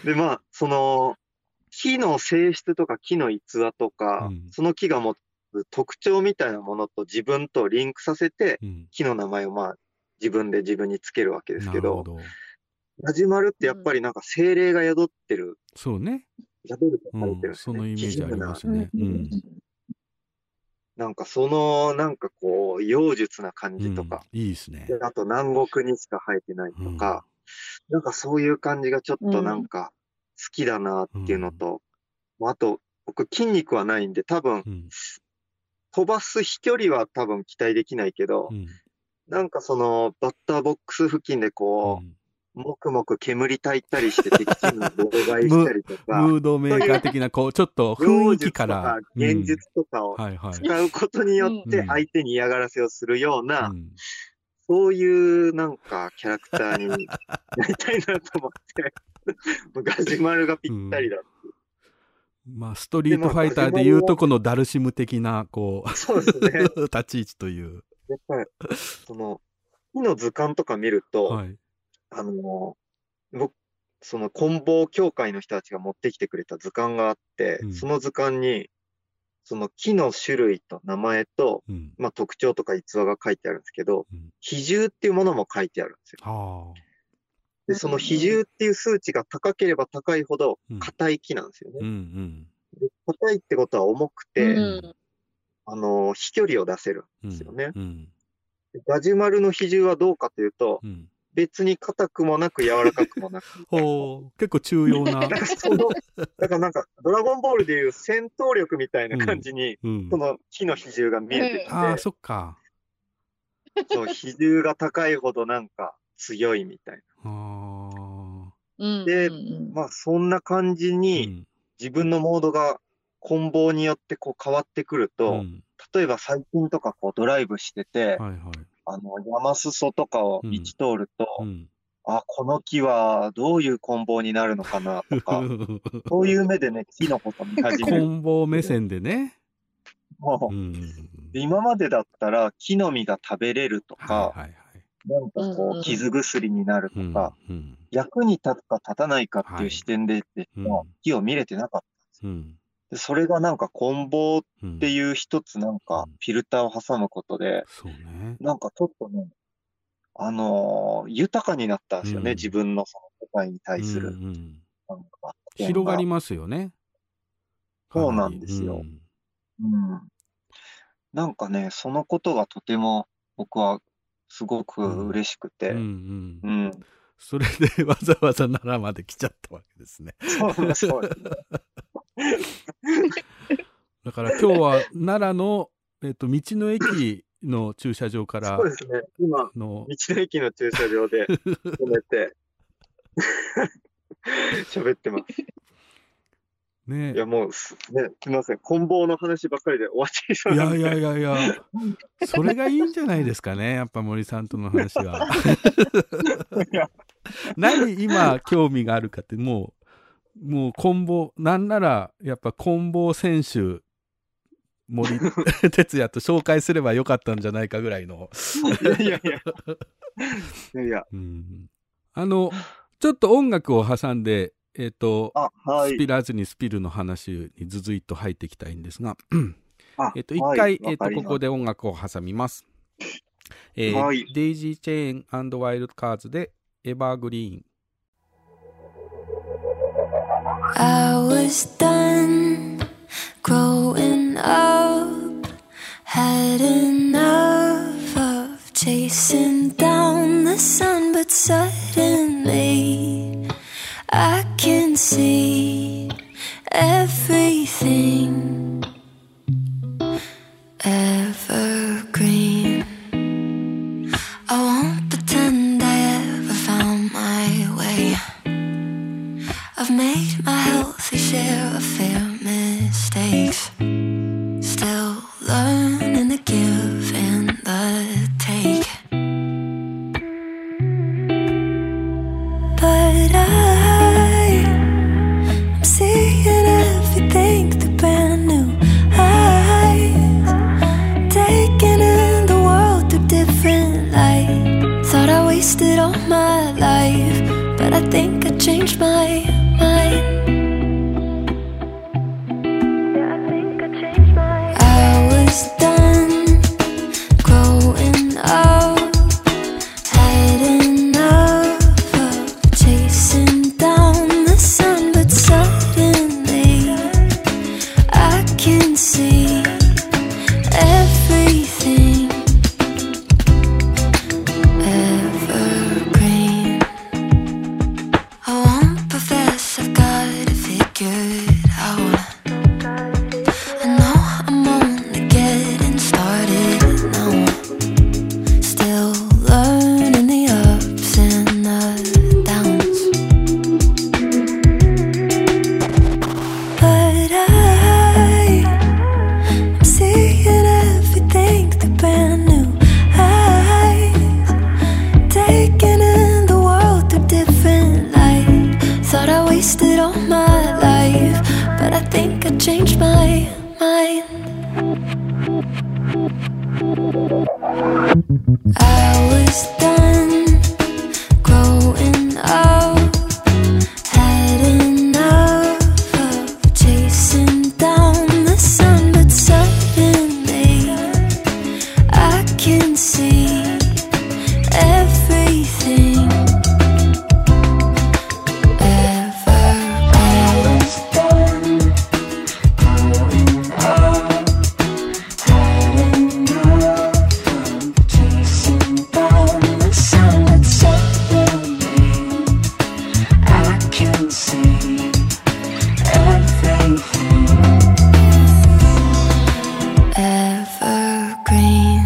で、まあ、その、木の性質とか木の逸話とか、うん、その木が持つ特徴みたいなものと自分とリンクさせて、うん、木の名前をまあ、自分で自分につけるわけですけど、ガジュマルってやっぱりなんか精霊が宿ってる。 そうね。 宿るとされてるんですね。 うん、そのイメージありますね。うん。 なんかその、なんかこう、妖術な感じとか。 うん、いいですね。 であと南国にしか生えてないとか、うん、なんかそういう感じがちょっとなんか好きだなっていうのと、うん、あと、僕筋肉はないんで多分、うん、飛ばす飛距離は多分期待できないけど、うん、なんかそのバッターボックス付近でこう、うんもくもく煙たいたりして敵チームを妨害したりとかムードメーカー的なこうちょっと雰囲気から現実とかを使うことによって相手に嫌がらせをするような、うん、そういうなんかキャラクターになりたいなと思ってガジュマルがぴったりだって、 うん、まあストリートファイターでいうとこのダルシム的なこうそうですね立ち位置というやっぱりその木の図鑑とか見ると、はいあの、僕、その棍棒協会の人たちが持ってきてくれた図鑑があって、うん、その図鑑に、その木の種類と名前と、うん、まあ特徴とか逸話が書いてあるんですけど、うん、比重っていうものも書いてあるんですよ。で、その比重っていう数値が高ければ高いほど硬い木なんですよね。うんうんうん、硬いってことは重くて、うん、あの、飛距離を出せるんですよね。うんうん、ガジュマルの比重はどうかというと、うん別に硬くもなく柔らかくもなく。 お結構重要な。 だからその、だからなんか、ドラゴンボールでいう戦闘力みたいな感じに、うんうん、その木の比重が見えてきて。 ああ、そっか。 そう、比重が高いほどなんか強いみたいな。あで、まあそんな感じに、自分のモードが棍棒によってこう変わってくると、うん、例えば最近とかこうドライブしてて、はいはいあの、山裾とかを道通ると、うんうん、あ、この木はどういう棍棒になるのかなとか、そういう目でね、木のこと見始める。 棍棒目線でね。 もう、うん、今までだったら木の実が食べれるとか、はいはいはい、なんかこう、傷薬になるとか、うんうん、役に立つか立たないかっていう視点で、はい、木を見れてなかったんですよ。うんでそれがなんか棍棒っていう一つなんかフィルターを挟むことで、うんそうね、なんかちょっとね、あのー、豊かになったんですよね、うん、自分のその世界に対する、うんうん、 なんか広がりますよね。 そうなんですよ、うんうん。なんかね、そのことがとても僕はすごく嬉しくて、うんうんうんうん、 それでわざわざ奈良まで来ちゃったわけですね。 そうそうですね。 だから今日は奈良の、えっと、道の駅の駐車場からそうですね今の道の駅の駐車場で止めて喋ってますね。いやもうねすみません棍棒の話ばっかりで終わっちゃいそうなんで。 いやいやいやいやそれがいいんじゃないですかねやっぱ森さんとの話は。何今興味があるかってもうもう棍棒なんならやっぱ棍棒選手森哲也と紹介すればよかったんじゃないかぐらいのいやいやいやいやいや、うん、 あのちょっと音楽を挟んでえっ、ー、と、はい、スピラーズにスピルの話にずずいっと入っていきたいんですがえっと一回、はい、えっ、ー、とここで音楽を挟みます、えーはい、デイジーチェーン&ワイルドカーズでエバーグリーン。 I was done growing up, had enough of chasing down the sun, but suddenly I can see everything evergreen. I won't pretend I ever found my way. I've made my healthy share of fair mistakes, still learning the give and the take. changed my mind. I was done growing up, had enough of chasing down the sun, but suddenly I can see everything evergreen. I won't profess I've got it figured out. I know I'm only getting started now, still learning the ups and the downs. But I, I'm seeing everything through brand new eyes, taking in the world through different light. Thought I wasted all my life, but I think I changed my mind. I was done growing up, had enough of chasing down the sun, but suddenly I can see everything evergreen. Chasing down the sun, but suddenly I can see everything evergreen.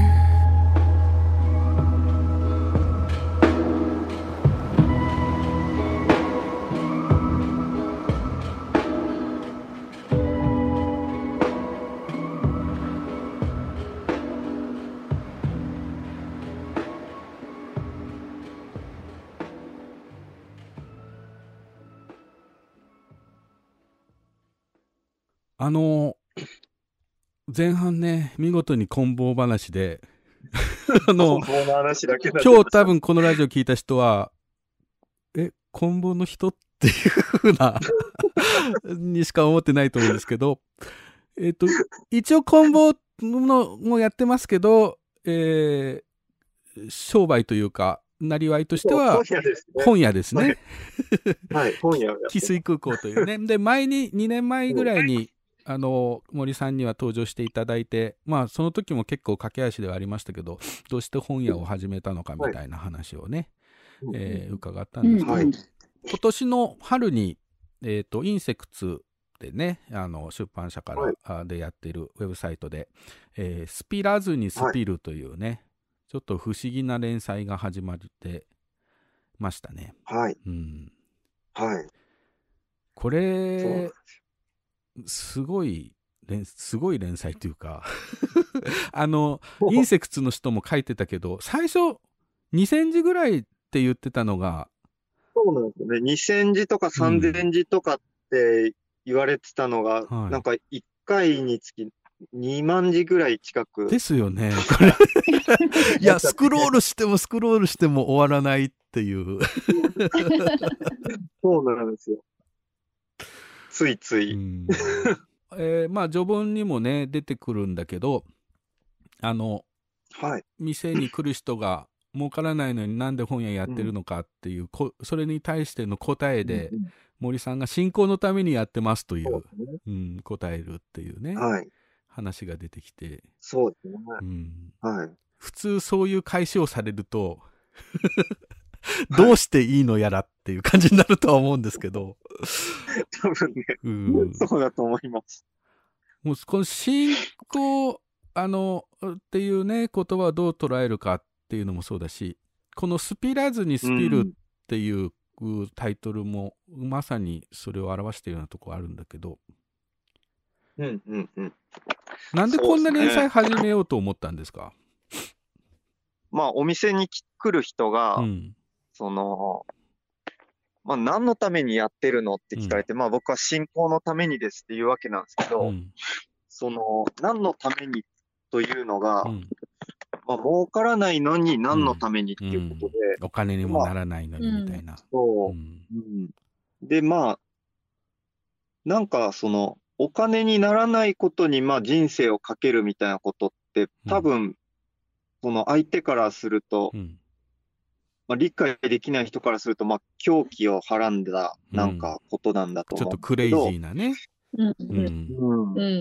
あの前半ね見事に棍棒話であのこの話だけだ今日多分このラジオ聞いた人はえ棍棒の人っていう風なにしか思ってないと思うんですけど、えっと一応棍棒のもやってますけど、えー、商売というかなりわいとしては本屋ですね。 本屋ですね。 はい、本屋をやって汽水空港というね。で前ににねんまえぐらいにあの森さんには登場していただいて、まあその時も結構駆け足ではありましたけど、どうして本屋を始めたのかみたいな話をね、 はいえー、伺ったんですけど、 はい、 今年の春に、えーと、インセクツでね、あの出版社から、はい、でやっているウェブサイトで、えー、スピらずにスピルというね、はい、ちょっと不思議な連載が始まってましたね。 はい。 うん。 はい。 これ、すごい、すごい連載というか、あの、インセクツの人も書いてたけど、最初、にせんじぐらいって言ってたのが、 そうなんですよね。にせんじとかさんぜんじとかって言われてたのが、うん、なんかいっかいにつきにまんじぐらい近く。 ですよね。これいや、スクロールしてもスクロールしても終わらないっていう。 そうなんですよ。ついつい。 うんえー、まあ序文にもね出てくるんだけど、あの、 はい、 店に来る人が儲からないのになんで本屋やってるのかっていう、うん、こそれに対しての答えで、うん、森さんが信仰のためにやってますという、うねうん、答えるっていうね、 はい、 話が出てきて、 そうですね、 うんはい、 普通そういう返しをされるとどうしていいのやらっていう感じになるとは思うんですけど多分ね、うん、そうだと思います。 もうこの信仰あのっていうね言葉をどう捉えるかっていうのもそうだし、このスピらずにスピルっていうタイトルも、うん、まさにそれを表しているようなところあるんだけど、 うんうんうん、 なんでこんな連載始めようと思ったんですか？ まあお店に来る人が、 うん、 そのまあ何のためにやってるのって聞かれて、うん、まあ僕は信仰のためにですっていうわけなんですけど、うん、その何のためにというのが、うん、まあ儲からないのに何のためにっていうことで、 うんうん、お金にもならないのにみたいな、 まあ、そう、うんで、まあ、なんかその、お金にならないことに、まあ人生をかけるみたいなことって、多分、うん、その相手からすると、うん、まあ、理解できない人からすると、まあ狂気をはらんだなんかことなんだと思う、うん。 ちょっとクレイジーなね。 うんうんうんうん、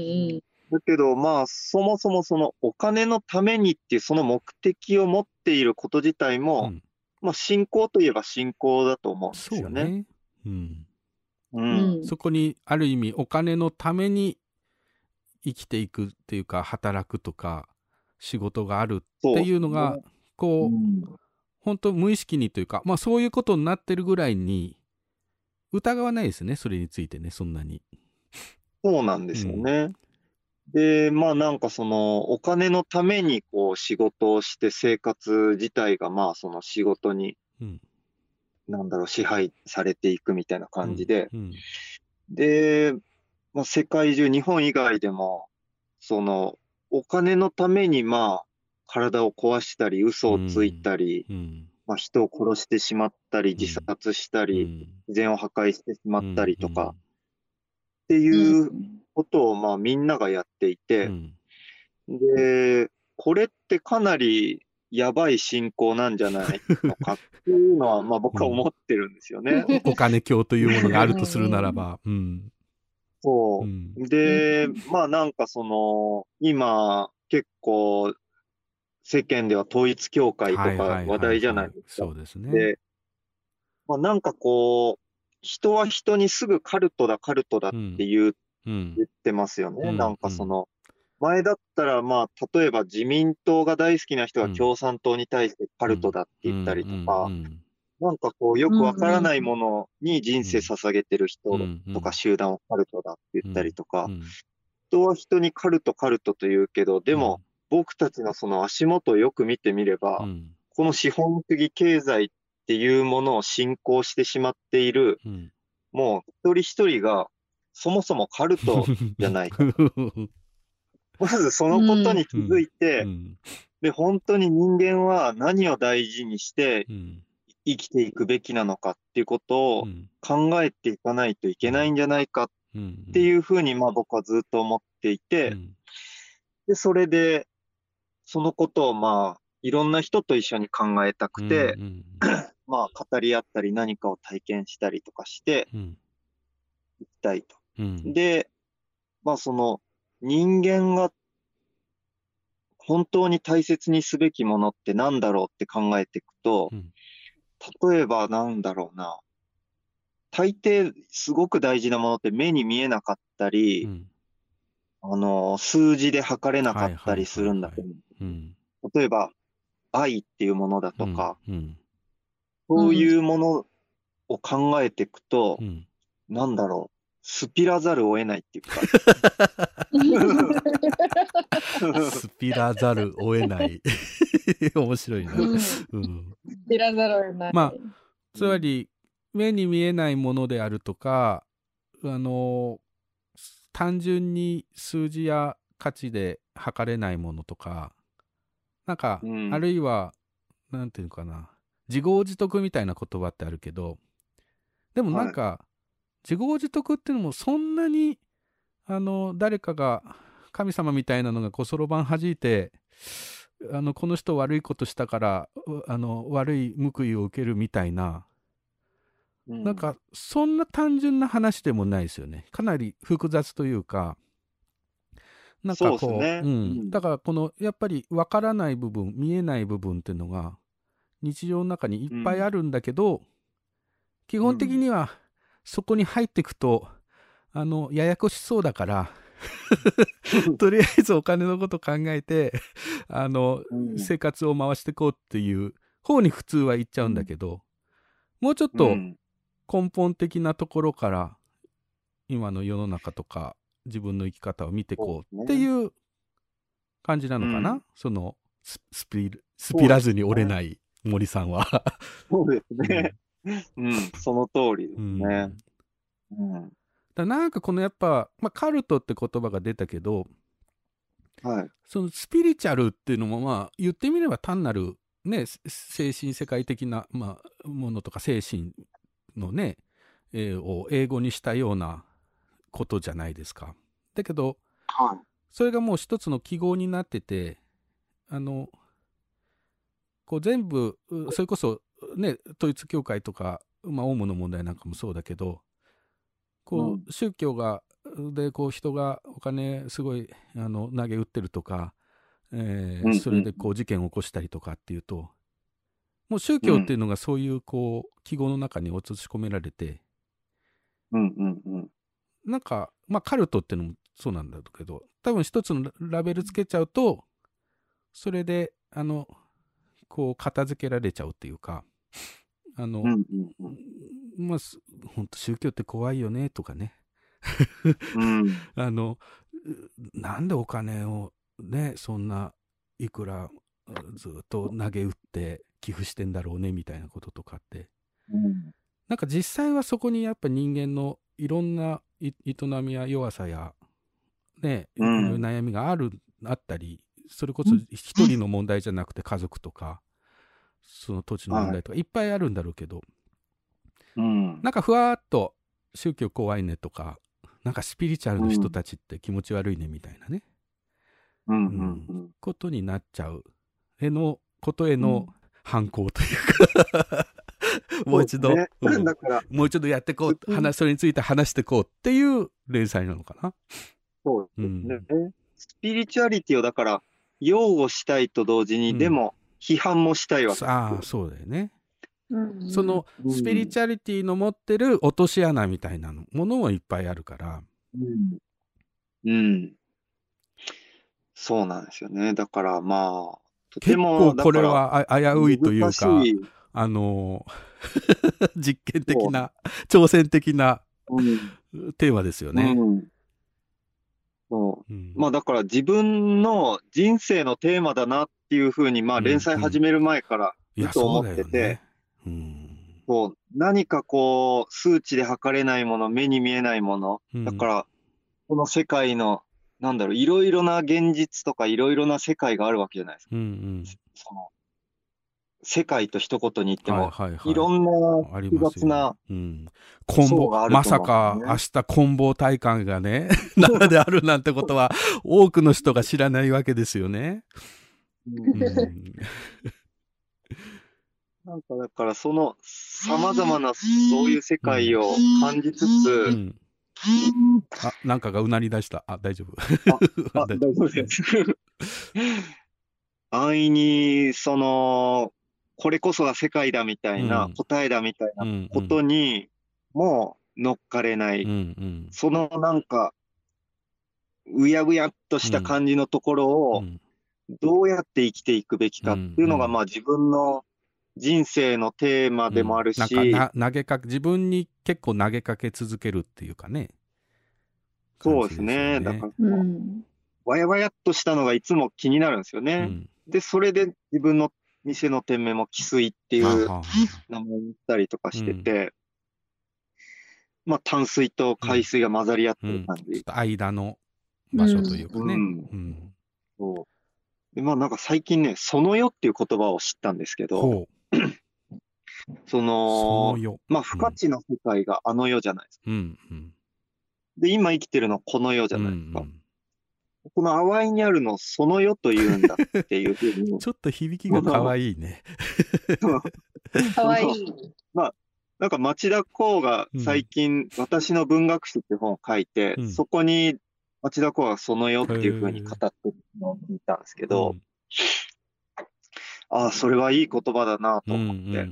だけど、まあ、そもそもそのお金のためにっていうその目的を持っていること自体も、うん、まあ信仰といえば信仰だと思うんですよね。そうね。 うんうん、 そこにある意味お金のために生きていくっていうか働くとか仕事があるっていうのがこう、うん、本当無意識にというか、まあそういうことになってるぐらいに疑わないですね、それについてね、そんなに。 そうなんですよね。うん、で、まあなんかそのお金のためにこう仕事をして生活自体がまあその仕事に、うん、なんだろう支配されていくみたいな感じで、うんうん、で、まあ、世界中日本以外でもそのお金のためにまあ体を壊したり嘘をついたり、うんうんまあ、人を殺してしまったり自殺したり、自然を破壊してしまったりとか、うんうん、っていうことをまあみんながやっていて、うん、でこれってかなりやばい信仰なんじゃないのかっていうのはまあ僕は思ってるんですよね。 うん、お金教というものがあるとするならば。うんそう、うん。で、まあなんかその今結構世間では統一教会とか話題じゃないですか。 そうですね。 で、まあなんかこう、人は人にすぐカルトだカルトだって言う、うん、言ってますよね。うん、なんかその、前だったらまあ例えば自民党が大好きな人が共産党に対してカルトだって言ったりとか、なんかこうよくわからないものに人生捧げてる人とか集団をカルトだって言ったりとか、人は人にカルトカルトと言うけど、でも僕たちのその足元をよく見てみれば、この資本主義経済っていうものを信仰してしまっている、もう一人一人がそもそもカルトじゃないか。まずそのことに気づいて、で、本当に人間は何を大事にして、生きていくべきなのかっていうことを考えていかないといけないんじゃないかっていうふうにまあ僕はずっと思っていて、で、それで、そのことをまあ、いろんな人と一緒に考えたくて、まあ、語り合ったり何かを体験したりとかして、いきたいと。で、まあその、人間が本当に大切にすべきものって何だろうって考えていくと、例えばなんだろうな。大抵すごく大事なものって目に見えなかったり、うん、あの、数字で測れなかったりするんだけど、例えば愛っていうものだとか、うんうん、そういうものを考えていくと、うん、なんだろう、スピらざるを得ないっていうか。 スピらざるを得ない。面白いな。うん、スピらざるを得ない。 まあ、つまり、目に見えないものであるとか、あの、単純に数字や価値で測れないものとか、なんか、うん、あるいは、なんていうのかな、自業自得みたいな言葉ってあるけど、でもなんか、はい、自業自得っていうのもそんなに、あの、誰かが、神様みたいなのがこうそろばん弾いて、あの、この人悪いことしたから、あの、悪い報いを受けるみたいな、うん、なんか、そんな単純な話でもないですよね。かなり複雑というか、なんかこう、そうですね。うん。だからこの、やっぱり分からない部分、見えない部分っていうのが、日常の中にいっぱいあるんだけど、うん、基本的には、そこに入っていくと、あの、ややこしそうだから、とりあえずお金のこと考えて、あの、うん、生活を回していこうっていう方に普通は行っちゃうんだけど、もうちょっと根本的なところから今の世の中とか自分の生き方を見ていこうっていう感じなのかな、うん、そのスピ、スピらずに折れない森さんは。 そうですね。うん、うん、その通りですね。うんうんだなんかこのやっぱ、まあ、カルトって言葉が出たけど、 はい、 そのスピリチュアルっていうのもまあ言ってみれば単なるね精神世界的な、まあ、ものとか精神のねえー、を英語にしたようなことじゃないですか。だけど、 はい、 それがもう一つの記号になってて、あのこう全部それこそね統一教会とか、まあ、オウムの問題なんかもそうだけど、こう、うん、宗教がでこう人がお金すごいあの投げ打ってるとか、えー、それでこう事件を起こしたりとかっていうと、もう宗教っていうのがそういうこう記号の中に落とし込められて、 うんうんうん、 なんかまあカルトっていうのもそうなんだけど、多分一つのラベルつけちゃうと、それであのこう片付けられちゃうっていうか、あの、うんうんうん、まあ本当宗教って怖いよねとかね、 うん、 あのなんでお金をねそんないくらずっと投げ打って寄付してんだろうねみたいなこととかって、 うん、 なんか実際はそこにやっぱ人間のいろんな営みや弱さやね、いろいろ悩みがあるあったり、それこそ一人の問題じゃなくて家族とかその土地の問題とかいっぱいあるんだろうけど、 うん、 なんかふわっと宗教怖いねとか、なんかスピリチュアルの人たちって気持ち悪いねみたいなね、 うんうんうん、 ことになっちゃうへのことへの反抗というか、うん、もう一度、 ね、うん、だからもう一度やっていこう、話それについて話していこうっていう連載なのかな。 そうですね、うん、スピリチュアリティをだから擁護したいと同時に、うん、でも批判もしたいわけですよ。 ああ、そうだよね。 うん、 そのスピリチュアリティの持ってる落とし穴みたいなものもいっぱいあるから。 うん。うん。そうなんですよね。だからまあ、とても結構これは危ういというか、あの実験的な、挑戦的な、うん、テーマですよね。 うんそう、うん、まあだから自分の人生のテーマだなっていうふうに、まあ連載始める前からずっと思ってて、そう、何かこう数値で測れないもの、目に見えないもの、うん、だからこの世界のなんだろう、いろいろな現実とかいろいろな世界があるわけじゃないですか。 うんうん、 その世界と一言に言っても、はいはいはい、いろんな複雑な、 うん、コンボ、まさか明日棍棒大会がね中であるなんてことは多くの人が知らないわけですよね。うん、 なんかだからそのさまざまなそういう世界を感じつつ、うん、 あ、なんかがうなり出した。あ、大丈夫。 あ、あ大丈夫です。安易にそのこれこそが世界だみたいな、うん、答えだみたいなことにも乗っかれない、うんうん、そのなんかうやうやっとした感じのところをどうやって生きていくべきかっていうのが、まあ自分の人生のテーマでもあるし、 うん、なんかな投げかけ自分に結構投げかけ続けるっていうかね。 そうですね。だから、うん、わやわやっとしたのがいつも気になるんですよね。うん、でそれで自分の店の店名も汽水っていう名前にしたりとかしてて、うん、まあ淡水と海水が混ざり合ってる感じ。うんうん、ちょっと間の場所というかね。うんうん、そうでまあなんか最近ね、その世っていう言葉を知ったんですけど、その、その世まあ不可知の世界があの世じゃないですか。 うんうん、 で今生きてるのはこの世じゃないですか。うんうん、この淡いにあるのをその世というんだっていうふうにちょっと響きが可愛いね。 可愛い。 まあなんか町田光が最近、うん、私の文学史って本を書いて、うん、そこに町田光がその世っていうふうに語ってるのを見たんですけど、うん、ああそれはいい言葉だなと思って、うんうんうん、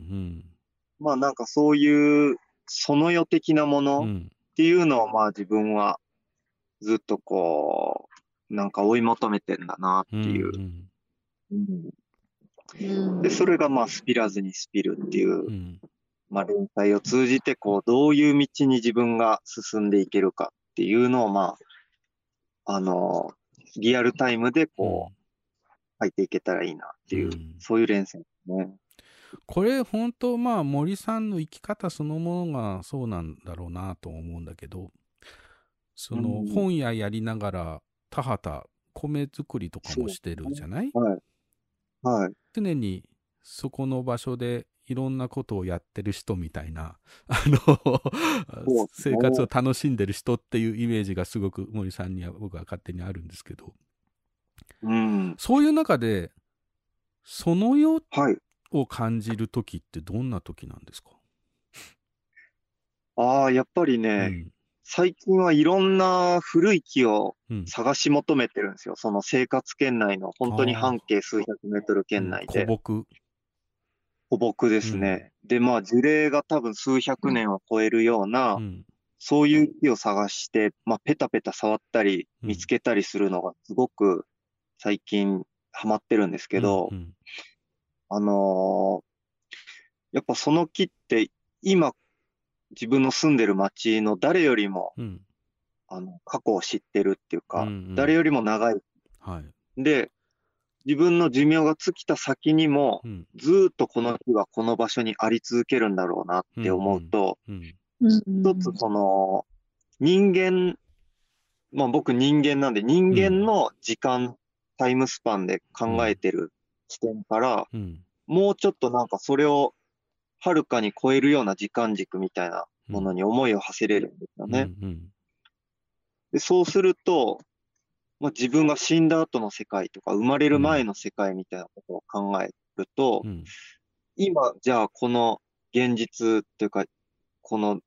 まあなんかそういうその世的なものっていうのをまあ自分はずっとこうなんか追い求めてんだなっていう、うんうん、でそれがまあスピらずにスピるっていう、うん、まあ連載を通じてこうどういう道に自分が進んでいけるかっていうのをまああのリアルタイムでこう書いていけたらいいなっていう、うん、そういう連載ですね。 これ本当まあ森さんの生き方そのものがそうなんだろうなと思うんだけど、その本屋やりながら田畑米作りとかもしてるじゃない？ はい。はい。 常にそこの場所でいろんなことをやってる人みたいな、あの生活を楽しんでる人っていうイメージがすごく森さんには僕は勝手にあるんですけど、 うん、 そういう中でその世を感じる時ってどんな時なんですか？ ああ、やっぱりね、うん、最近はいろんな古い木を探し求めてるんですよ。うん、その生活圏内の本当に半径数百メートル圏内で。 うん、古木。 古木ですね。うん、で、まあ樹齢が多分数百年を超えるような、うん、そういう木を探して、まあペタペタ触ったり見つけたりするのがすごく最近ハマってるんですけど、うんうん、あのー、やっぱその木って今自分の住んでる町の誰よりも、うん、あの過去を知ってるっていうか、うんうん、誰よりも長い。 はい、 で、自分の寿命が尽きた先にも、うん、ずっとこの木はこの場所にあり続けるんだろうなって思うと、うんうん、一つその人間、まあ僕人間なんで人間の時間、うん、タイムスパンで考えてる視点から、うん、もうちょっとなんかそれをはるかに超えるような時間軸みたいなものに思いを馳せれるんですよね。うんうん、でそうすると、まあ、自分が死んだ後の世界とか生まれる前の世界みたいなことを考えると、うん、今じゃあこの現実っていうかこの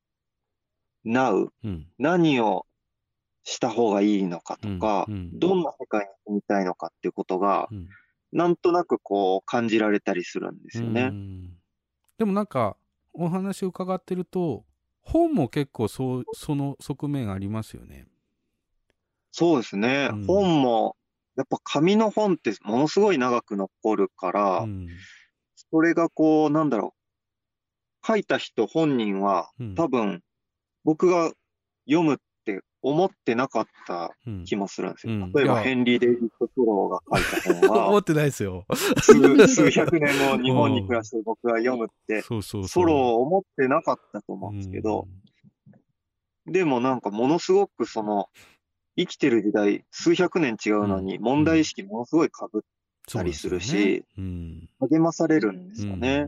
Now、うん、何をした方がいいのかとか、うんうん、どんな世界に住みたいのかっていうことが、うん、なんとなくこう感じられたりするんですよね。うん、 でもなんかお話を伺ってると本も結構そうその側面ありますよね。 そうですね、うん。本も、やっぱ紙の本ってものすごい長く残るから、うん、それがこう、なんだろう。書いた人本人は、うん、多分、僕が読むって思ってなかった気もするんですよ。うん、例えば、ヘンリー・デイビッド・ソローが書いた本は、 思ってないですよ。 数、数百年後、日本に暮らしてる僕が読むって、そうそうそうソロを思ってなかったと思うんですけど、うん、でもなんかものすごくその、生きてる時代、数百年違うのに、問題意識ものすごい被ったりするし、うん、励まされるんですよね。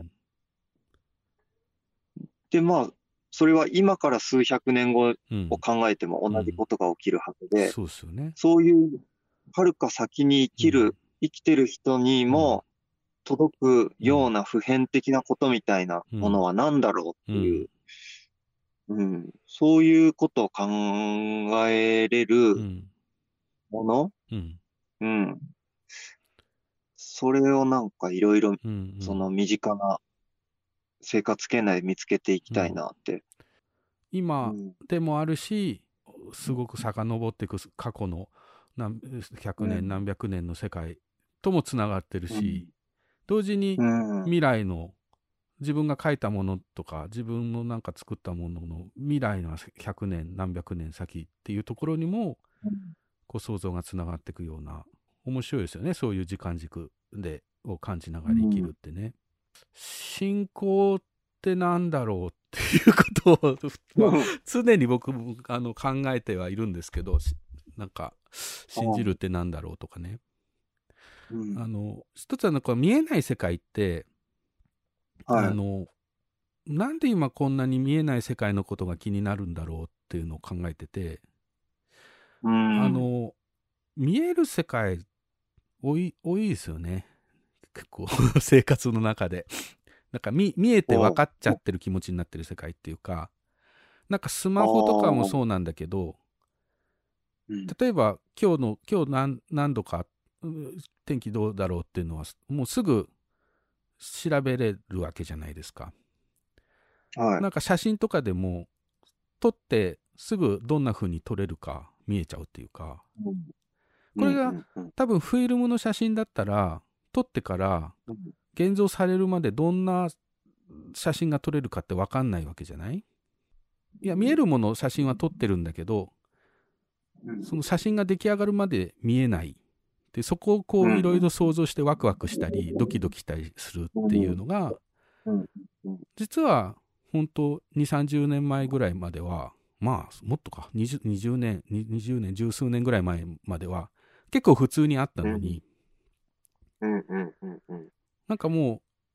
うん、で、まあ、それは今から数百年後を考えても同じことが起きるはずで、 そうですよね。 そういう遥か先に生きる、うん、生きてる人にも届くような普遍的なことみたいなものは何だろうっていう、うんうん、そういうことを考えれるもの、うんうん、それをなんかいろいろその身近な生活圏内で見つけていきたいなって、うん、 今でもあるし、すごく遡っていく過去の何ひゃくねん、うん、何百年の世界ともつながってるし、うん、同時に未来の自分が書いたものとか自分のなんか作ったものの未来のひゃくねん何百年先っていうところにもこう想像がつながっていくような、面白いですよね。そういう時間軸でを感じながら生きるってね、うん、信仰ってなんだろうっていうことを、まあ、常に僕もあの考えてはいるんですけど、なんか信じるってなんだろうとかね、うん、あの一つはなんか見えない世界ってはい、あのなんで今こんなに見えない世界のことが気になるんだろうっていうのを考えてて、うんあの見える世界多い多いですよね、結構生活の中で。なんか 見, 見えて分かっちゃってる気持ちになってる世界っていうか、なんかスマホとかもそうなんだけど、例えば今日の今日 何, 何度か天気どうだろうっていうのはもうすぐ調べれるわけじゃないですか、はい、なんか写真とかでも撮ってすぐどんな風に撮れるか見えちゃうっていうか、うん、これが、うんうん、多分フィルムの写真だったら撮ってから現像されるまでどんな写真が撮れるかって分かんないわけじゃない？いや見えるもの写真は撮ってるんだけど、その写真が出来上がるまで見えないで、そこをこういろいろ想像してワクワクしたりドキドキしたりするっていうのが、実は本当に、さんじゅうねんまえぐらいまでは、まあもっとか 20, 20年20年十数年ぐらい前までは結構普通にあったのに、なんかも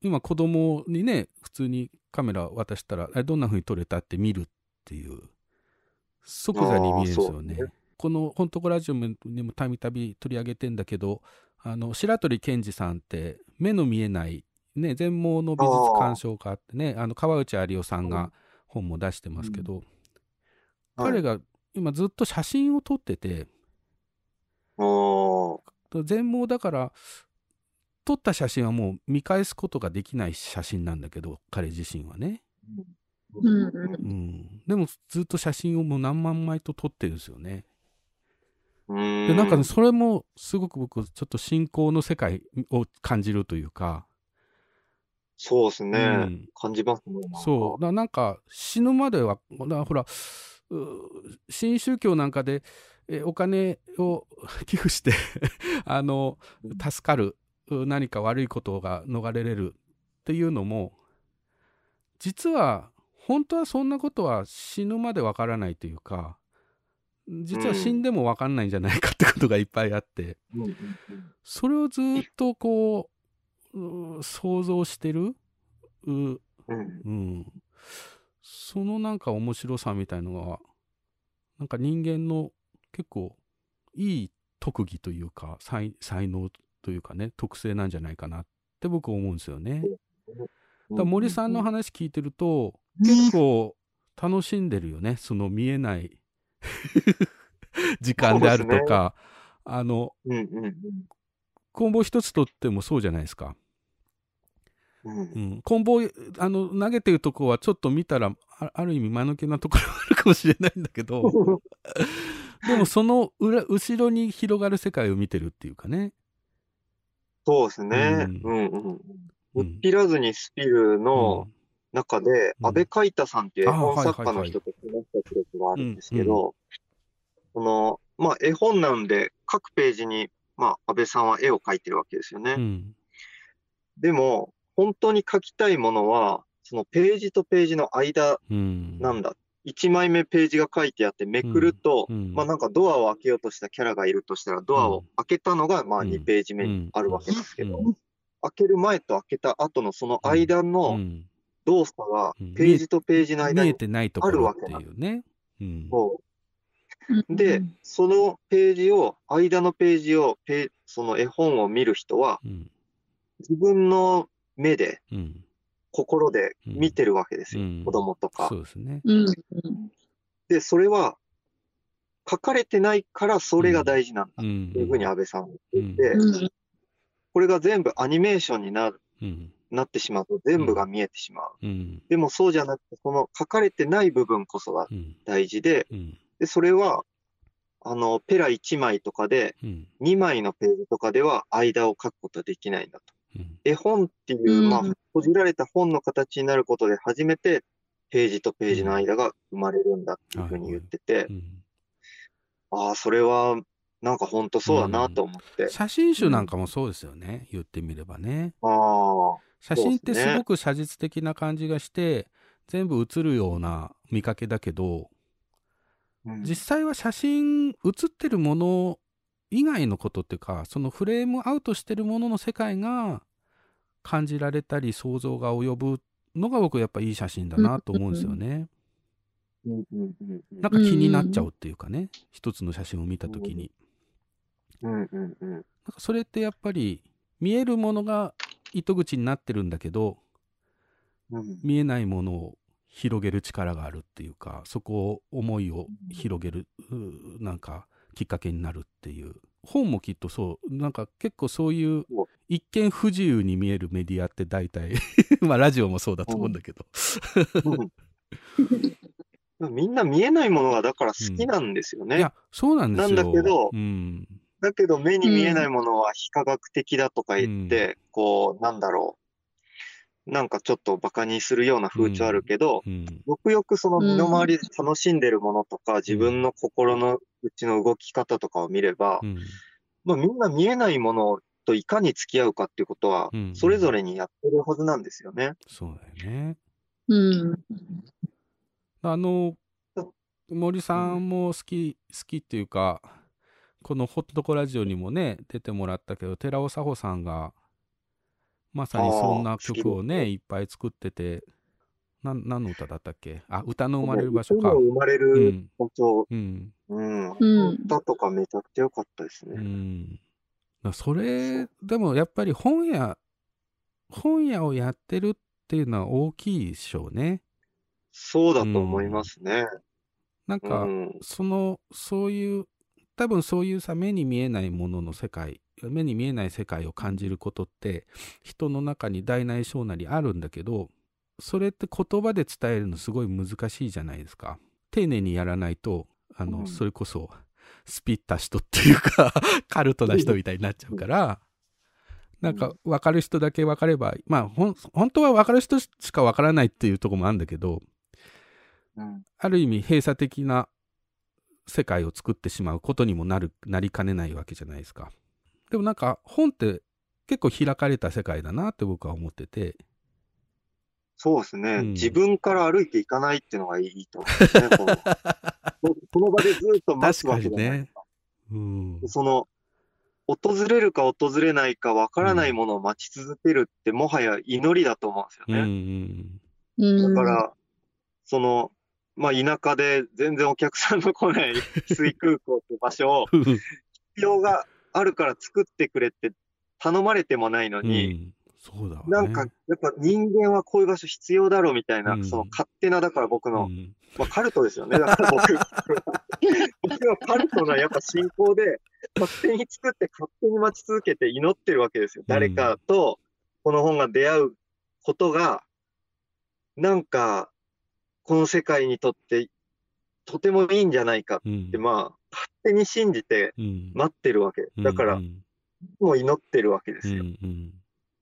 今子供にね普通にカメラ渡したらどんな風に撮れたって見るっていう即座に見えるんですよね。ねこの本当ラジオにもたびたび取り上げてんだけど、あの白鳥健二さんって目の見えないね全盲の美術鑑賞家ってね、あの川内有夫さんが本も出してますけど、うん、彼が今ずっと写真を撮ってて、 はい、 全盲だから撮った写真はもう見返すことができない写真なんだけど、彼自身はね、 うんうんうん、でもずっと写真をもう何万枚と撮ってるんですよね。でなんか、ね、それもすごく僕ちょっと信仰の世界を感じるというか。 そうですね、うん、感じますね。 そうだなんか死ぬまではだほら新宗教なんかでえお金を寄付してあの助かる、何か悪いことが逃れれるっていうのも実は本当はそんなことは死ぬまでわからないというか、実は死んでもわかんないんじゃないかってことがいっぱいあって、うん、それをずっとこう想像してる、う、うんうん、そのなんか面白さみたいのがなんか人間の結構いい特技というか 才, 才能というかね特性なんじゃないかなって僕は思うんですよね。だから森さんの話聞いてると結構楽しんでるよね、その見えない時間であるとか、ね、あの、うんうんうん、棍棒一つとってもそうじゃないですか。うんうん、棍棒あの投げてるとこはちょっと見たら あ, ある意味間抜けなところがあるかもしれないんだけどでもその裏後ろに広がる世界を見てるっていうかね。 そうですね。うんうんうん。ピラズニスピルの中で、うん、安倍海太さんっていう絵本作家の人と話した記録があるんですけど、このまあ絵本なんで各ページにまあ安倍さんは絵を描いてるわけですよね。うん、でも本当に描きたいものはそのページとページの間なんだ。うん、いちまいめページが書いてあってめくると、うん、まあなんかドアを開けようとしたキャラがいるとしたらドアを開けたのがまあにページ目にあるわけですけど、うんうん、開ける前と開けた後のその間の動作がページとページの間にあるわけなんですね。で、そのページを、間のページをペ、その絵本を見る人は、自分の目で、うん心で見てるわけですよ、うん、子供とか。 そうですね。 で、それは書かれてないからそれが大事なんだというふうに安倍さんは言っていて、うん、これが全部アニメーションになる、うん、なってしまうと全部が見えてしまう。うん、でもそうじゃなくて、その書かれてない部分こそが大事で、うん、でそれはあのペラいちまいとかで、にまいのページとかでは間を書くことはできないんだと。うん、絵本っていう、まあ、閉じられた本の形になることで初めてページとページの間が生まれるんだっていうふうに言ってて、うんうん、ああ、それはなんか本当そうだなと思って、うん。 写真集なんかもそうですよね、うん、言ってみればね。あ写真ってすごく写実的な感じがして、全部写るような見かけだけど、うん、実際は写真写ってるもの以外のことっていうか、そのフレームアウトしてるものの世界が感じられたり想像が及ぶのが僕やっぱいい写真だなと思うんですよね。なんか気になっちゃうっていうかね、一つの写真を見た時に。なんかそれってやっぱり見えるものが糸口になってるんだけど、見えないものを広げる力があるっていうか、そこを思いを広げるなんかきっかけになるっていう。本もきっとそうなんか結構そういう一見不自由に見えるメディアって大体まあラジオもそうだと思うんだけどうん、みんな見えないものがだから好きなんですよね、うん、いやそうなんですよ。 なんだけど、うん、だけど目に見えないものは非科学的だとか言って、うん、こうなんだろうなんかちょっとバカにするような風潮あるけど、うんうん、よくよくその身の回りで楽しんでるものとか、うん、自分の心の内の動き方とかを見れば、うん、まあ、みんな見えないものといかに付き合うかっていうことは、それぞれにやってるはずなんですよね。うんうん、 そうだよね。 うん。 あの、森さんも好き、好きっていうか、このホットコラジオにもね、出てもらったけど、寺尾佐穂さんが、 まさにそんな曲をねいっぱい作ってて、な何の歌だったっけ？あ、歌の生まれる場所か。 歌の生まれる場所、うん、うん、うん、歌とかめちゃくちゃ良かったですね。 うん、それでもやっぱり本屋本屋をやってるっていうのは大きいでしょうね。 そうだと思いますね。うん、 なんか、うん、そのそういう多分そういうさ目に見えないものの世界、目に見えない世界を感じることって人の中に大なり小なりあるんだけど、それって言葉で伝えるのすごい難しいじゃないですか。丁寧にやらないとあの、うん、それこそスピった人っていうかカルトな人みたいになっちゃうから、なんか分かる人だけ分かれば、まあほん本当は分かる人しか分からないっていうところもあるんだけど、うん、ある意味閉鎖的な世界を作ってしまうことにもなるなりかねないわけじゃないですか。でもなんか本って結構開かれた世界だなって僕は思ってて。 そうですね、うん、自分から歩いていかないっていうのがいいと思うんですね。このこの場でずっと待つわけじゃないですか。確かにね。うん、その訪れるか訪れないかわからないものを待ち続けるって、うん、もはや祈りだと思うんですよね。うん、だからそのまあ田舎で全然お客さんの来ない水空港って場所を必要があるから作ってくれって頼まれてもないのに、うん、そうだわね、なんかやっぱ人間はこういう場所必要だろうみたいな、うん、その勝手なだから僕の、うん、まあカルトですよね。だから僕僕はカルトなやっぱ信仰で勝手に作って勝手に待ち続けて祈ってるわけですよ。うん、誰かとこの本が出会うことがなんかこの世界にとってとてもいいんじゃないかって、うん、まあ勝手に信じて待ってるわけ、うん、だから、うん、もう祈ってるわけですよ、うんうん、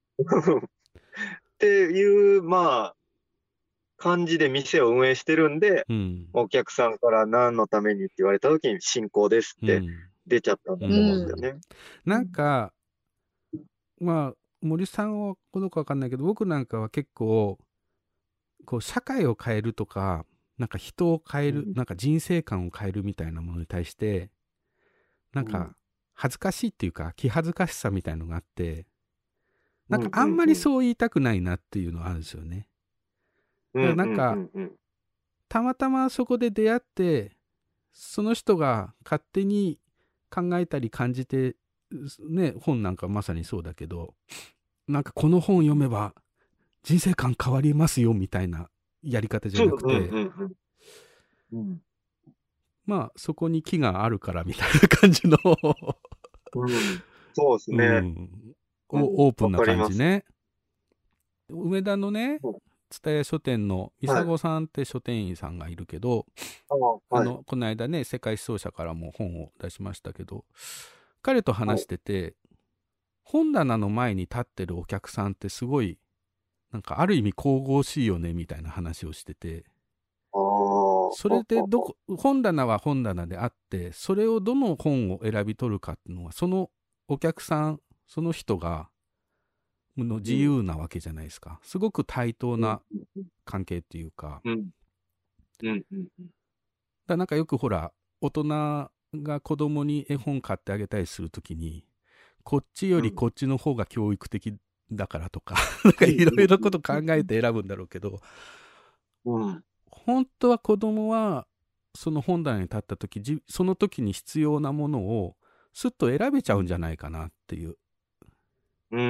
っていうまあ感じで店を運営してるんで、うん、お客さんから何のためにって言われた時に信仰ですって出ちゃったんだと思うんですよね、うんうん、 なんかまあ森さんはどうか分かんないけど、僕なんかは結構こう社会を変えるとか、なんか人を変える、うん、なんか人生観を変えるみたいなものに対してなんか恥ずかしいっていうか気恥ずかしさみたいのがあって、なんかあんまりそう言いたくないなっていうのはあるんですよね。だからなんかたまたまそこで出会ってその人が勝手に考えたり感じてね、本なんかまさにそうだけど、なんかこの本読めば人生観変わりますよみたいなやり方じゃなくて、うんうんうん、まあそこに木があるからみたいな感じの、 うん、そうですね、うん、 オープンな感じね。梅田のね蔦屋書店のミサゴさんって書店員さんがいるけど、はい、あのこの間ね世界思想者からも本を出しましたけど、彼と話してて、はい、本棚の前に立ってるお客さんってすごいなんかある意味神々しいよねみたいな話をしてて、それでどこ本棚は本棚であって、それをどの本を選び取るかっていうのはそのお客さんその人がの自由なわけじゃないですか。すごく対等な関係っていうか、うんうんうん、だなんかよくほら大人が子供に絵本買ってあげたりするときにこっちよりこっちの方が教育的だからとか、うん、なんかいろいろこと考えて選ぶんだろうけど、うん、本当は子供はその本棚に立ったときその時に必要なものをすっと選べちゃうんじゃないかなっていう、うん、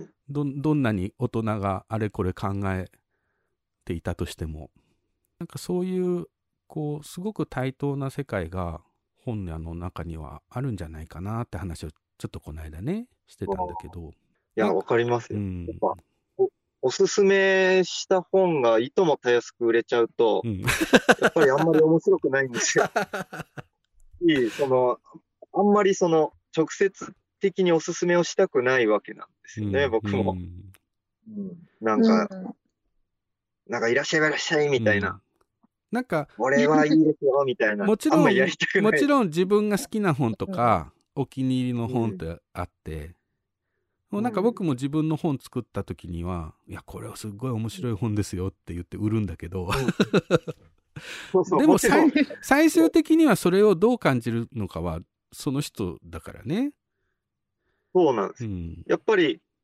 ど, どんなに大人があれこれ考えていたとしても、なんかそういうこうすごく対等な世界が本屋の中にはあるんじゃないかなって話をちょっとこの間ねしてたんだけど、 いやわかりますよ、うん、やっぱ お, おすすめした本がいともたやすく売れちゃうと、うん、やっぱりあんまり面白くないんですよいいそのあんまりその直接的におすすめをしたくないわけなんですよね、うん、僕も、うんうん、なんか、うん、なんかいらっしゃいいらっしゃいみたいな、うん、なんか俺はいいですよみたいな、 もちろんあんまりやりたくない、もちろん自分が好きな本とか、うん、お気に入りの本ってあって、うん、もうなんか僕も自分の本作った時には、うん、いやこれはすごい面白い本ですよって言って売るんだけど、うんそうそうでも最、最終的にはそれをどう感じるのかはその人だからね。 そうなんです、うん、やっぱり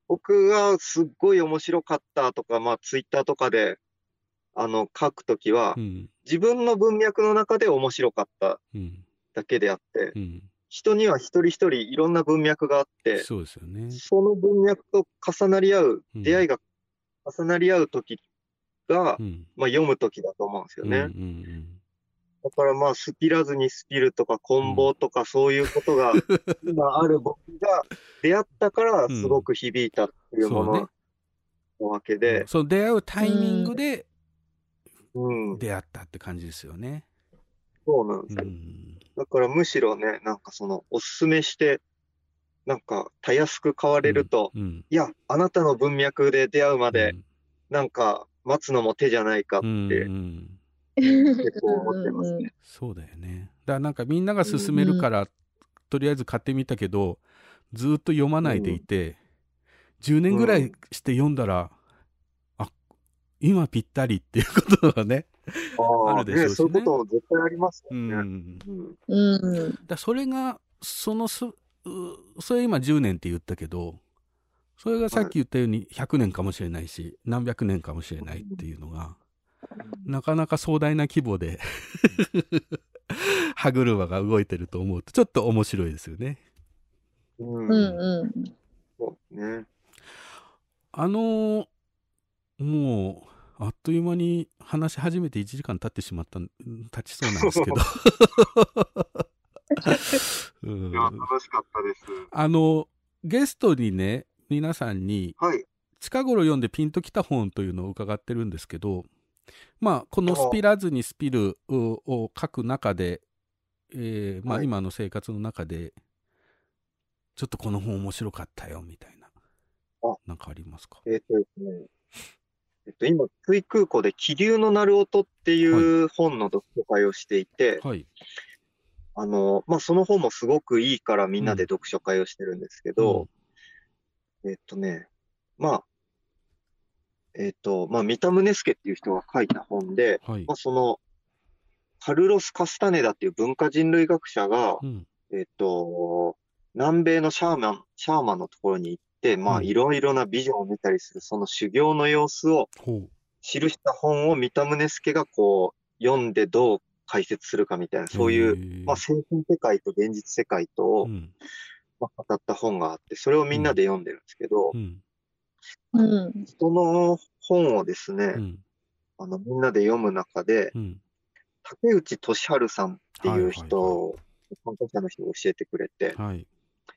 僕がすっごい面白かったとか、まあ、ツイッターとかで、あの、書くときは、うん、自分の文脈の中で面白かっただけであって、うんうん、人には一人一人いろんな文脈があって、 そうですよね。 その文脈と重なり合う、うん、出会いが重なり合うときが、うん、まあ、読むときだと思うんですよね。うんうんうん、だからまあ、スピらずにスピるとか、棍棒とか、そういうことが、今ある僕が出会ったから、すごく響いたっていうものなわけで。 うん、その出会うタイミングで、出会ったって感じですよね。 そうなんですよ。うん、だからむしろね、なんかその、おすすめして、なんか、たやすく買われると、うんうん、いや、あなたの文脈で出会うまで、うん、なんか、待つのも手じゃないかって、うんうん結構思ってますね。 そうだよね。だからなんかみんなが勧めるから、うん、とりあえず買ってみたけど、ずっと読まないでいて、うん、じゅうねんぐらいして読んだら、うん、あ、今ぴったりっていうことがね、あ, あるでしょうしね。 そういうこと絶対ありますよね。 うんうん、だそれが、そのす、それ今じゅうねんって言ったけど、それがさっき言ったようにひゃくねんかもしれないし、何百年かもしれないっていうのが、なかなか壮大な規模で歯車が動いてると思うとちょっと面白いですよね。 うんうん。 そうね。 あのもうあっという間に話し始めていちじかん経ってしまった経ちそうなんですけどうん、いや楽しかったです。 あのゲストにね皆さんに、 はい、 近頃読んでピンときた本というのを伺ってるんですけど、まあ、このスピらずにスピルを書く中で、えーまあ、今の生活の中で、ちょっとこの本面白かったよみたいな、あなんかありますか？ えっとですね、えっと、今、福井空港で気流の鳴る音っていう本の読書会をしていて、 はい、 あの、まあ、その本もすごくいいからみんなで読書会をしてるんですけど、うん、えっとね、まあ、えっと、まあ、三田宗介っていう人が書いた本で、はい、まあ、その、カルロス・カスタネダっていう文化人類学者が、うん、えっと、南米のシャーマン、シャーマンのところに行って、まあ、いろいろなビジョンを見たりする、その修行の様子を記した本を三田宗介がこう、読んでどう解説するかみたいな、そういう、まあ、精神世界と現実世界とを、うんまあ、語った本があって、それをみんなで読んでるんですけど、うんうん、その本をですね、うん、あの、みんなで読む中で、うん、竹内俊治さんっていう人を、関係者の人が教えてくれて、 はい、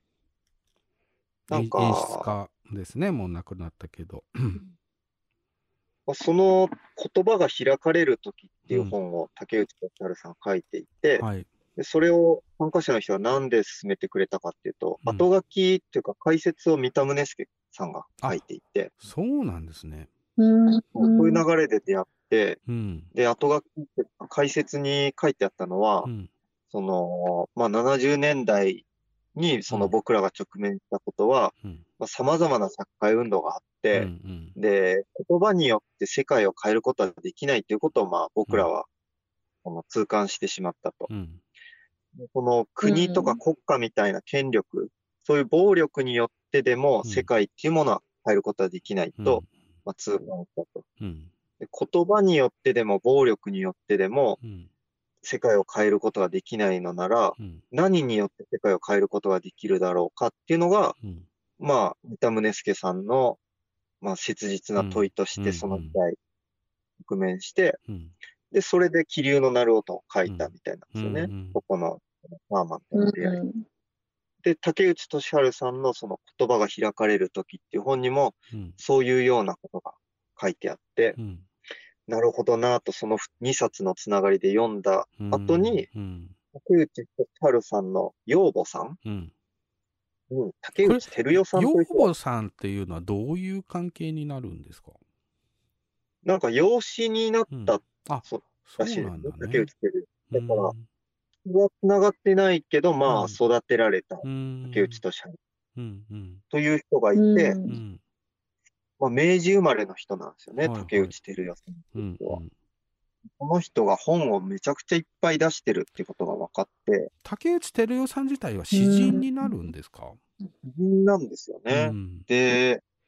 なんか、演出家ですね、もう亡くなったけど。 その言葉が開かれるときっていう本を竹内俊治さん書いていて、うんはい、でそれを参加者の人はなんで進めてくれたかっていうと、うん、後書きっていうか解説を三田宗介さんが書いていて、 そうなんですね。 そういう流れで出会って、うん、で、後書きって解説に書いてあったのは、うん、その、まあ、ななじゅうねんだいにその僕らが直面したことは、うんまあ、様々な社会運動があって、うんうん、で、言葉によって世界を変えることはできないということを、まあ、僕らは、この痛感してしまったと。うん、この国とか国家みたいな権力、うん、そういう暴力によってでも世界っていうものは変えることはできないと、うんまあ、痛感したと、うん、で。言葉によってでも暴力によってでも、うん世界を変えることができないのなら、うん、何によって世界を変えることができるだろうかっていうのが、うん、まあ、三田宗介さんの、まあ、切実な問いとして、その時代、直面して、うん、で、それで気流の鳴る音を書いたみたいなんですよね。うんうん、ここの、マーマンとの出会い。うん、で、竹内俊治さんのその言葉が開かれる時っていう本にも、そういうようなことが書いてあって、うんなるほどなと、そのにさつのつながりで読んだ後に、うんうん、竹内俊治さんの養母さん、うんうん、竹内照代さんという養母さんっていうのはどういう関係になるんですか？ なんか養子になった、うん、 あそらしいですね、 竹内照代。だから、血はつながってないけど、まあ、育てられた竹内俊治、うんうん、という人がいて、うんうんまあ、明治生まれの人なんですよね、はいはい、竹内照代さんという人は、うんうん。この人が本をめちゃくちゃいっぱい出してるっていうことが分かって。 竹内照代さん自体は詩人になるんですか？ 詩人なんですよね。うん、で、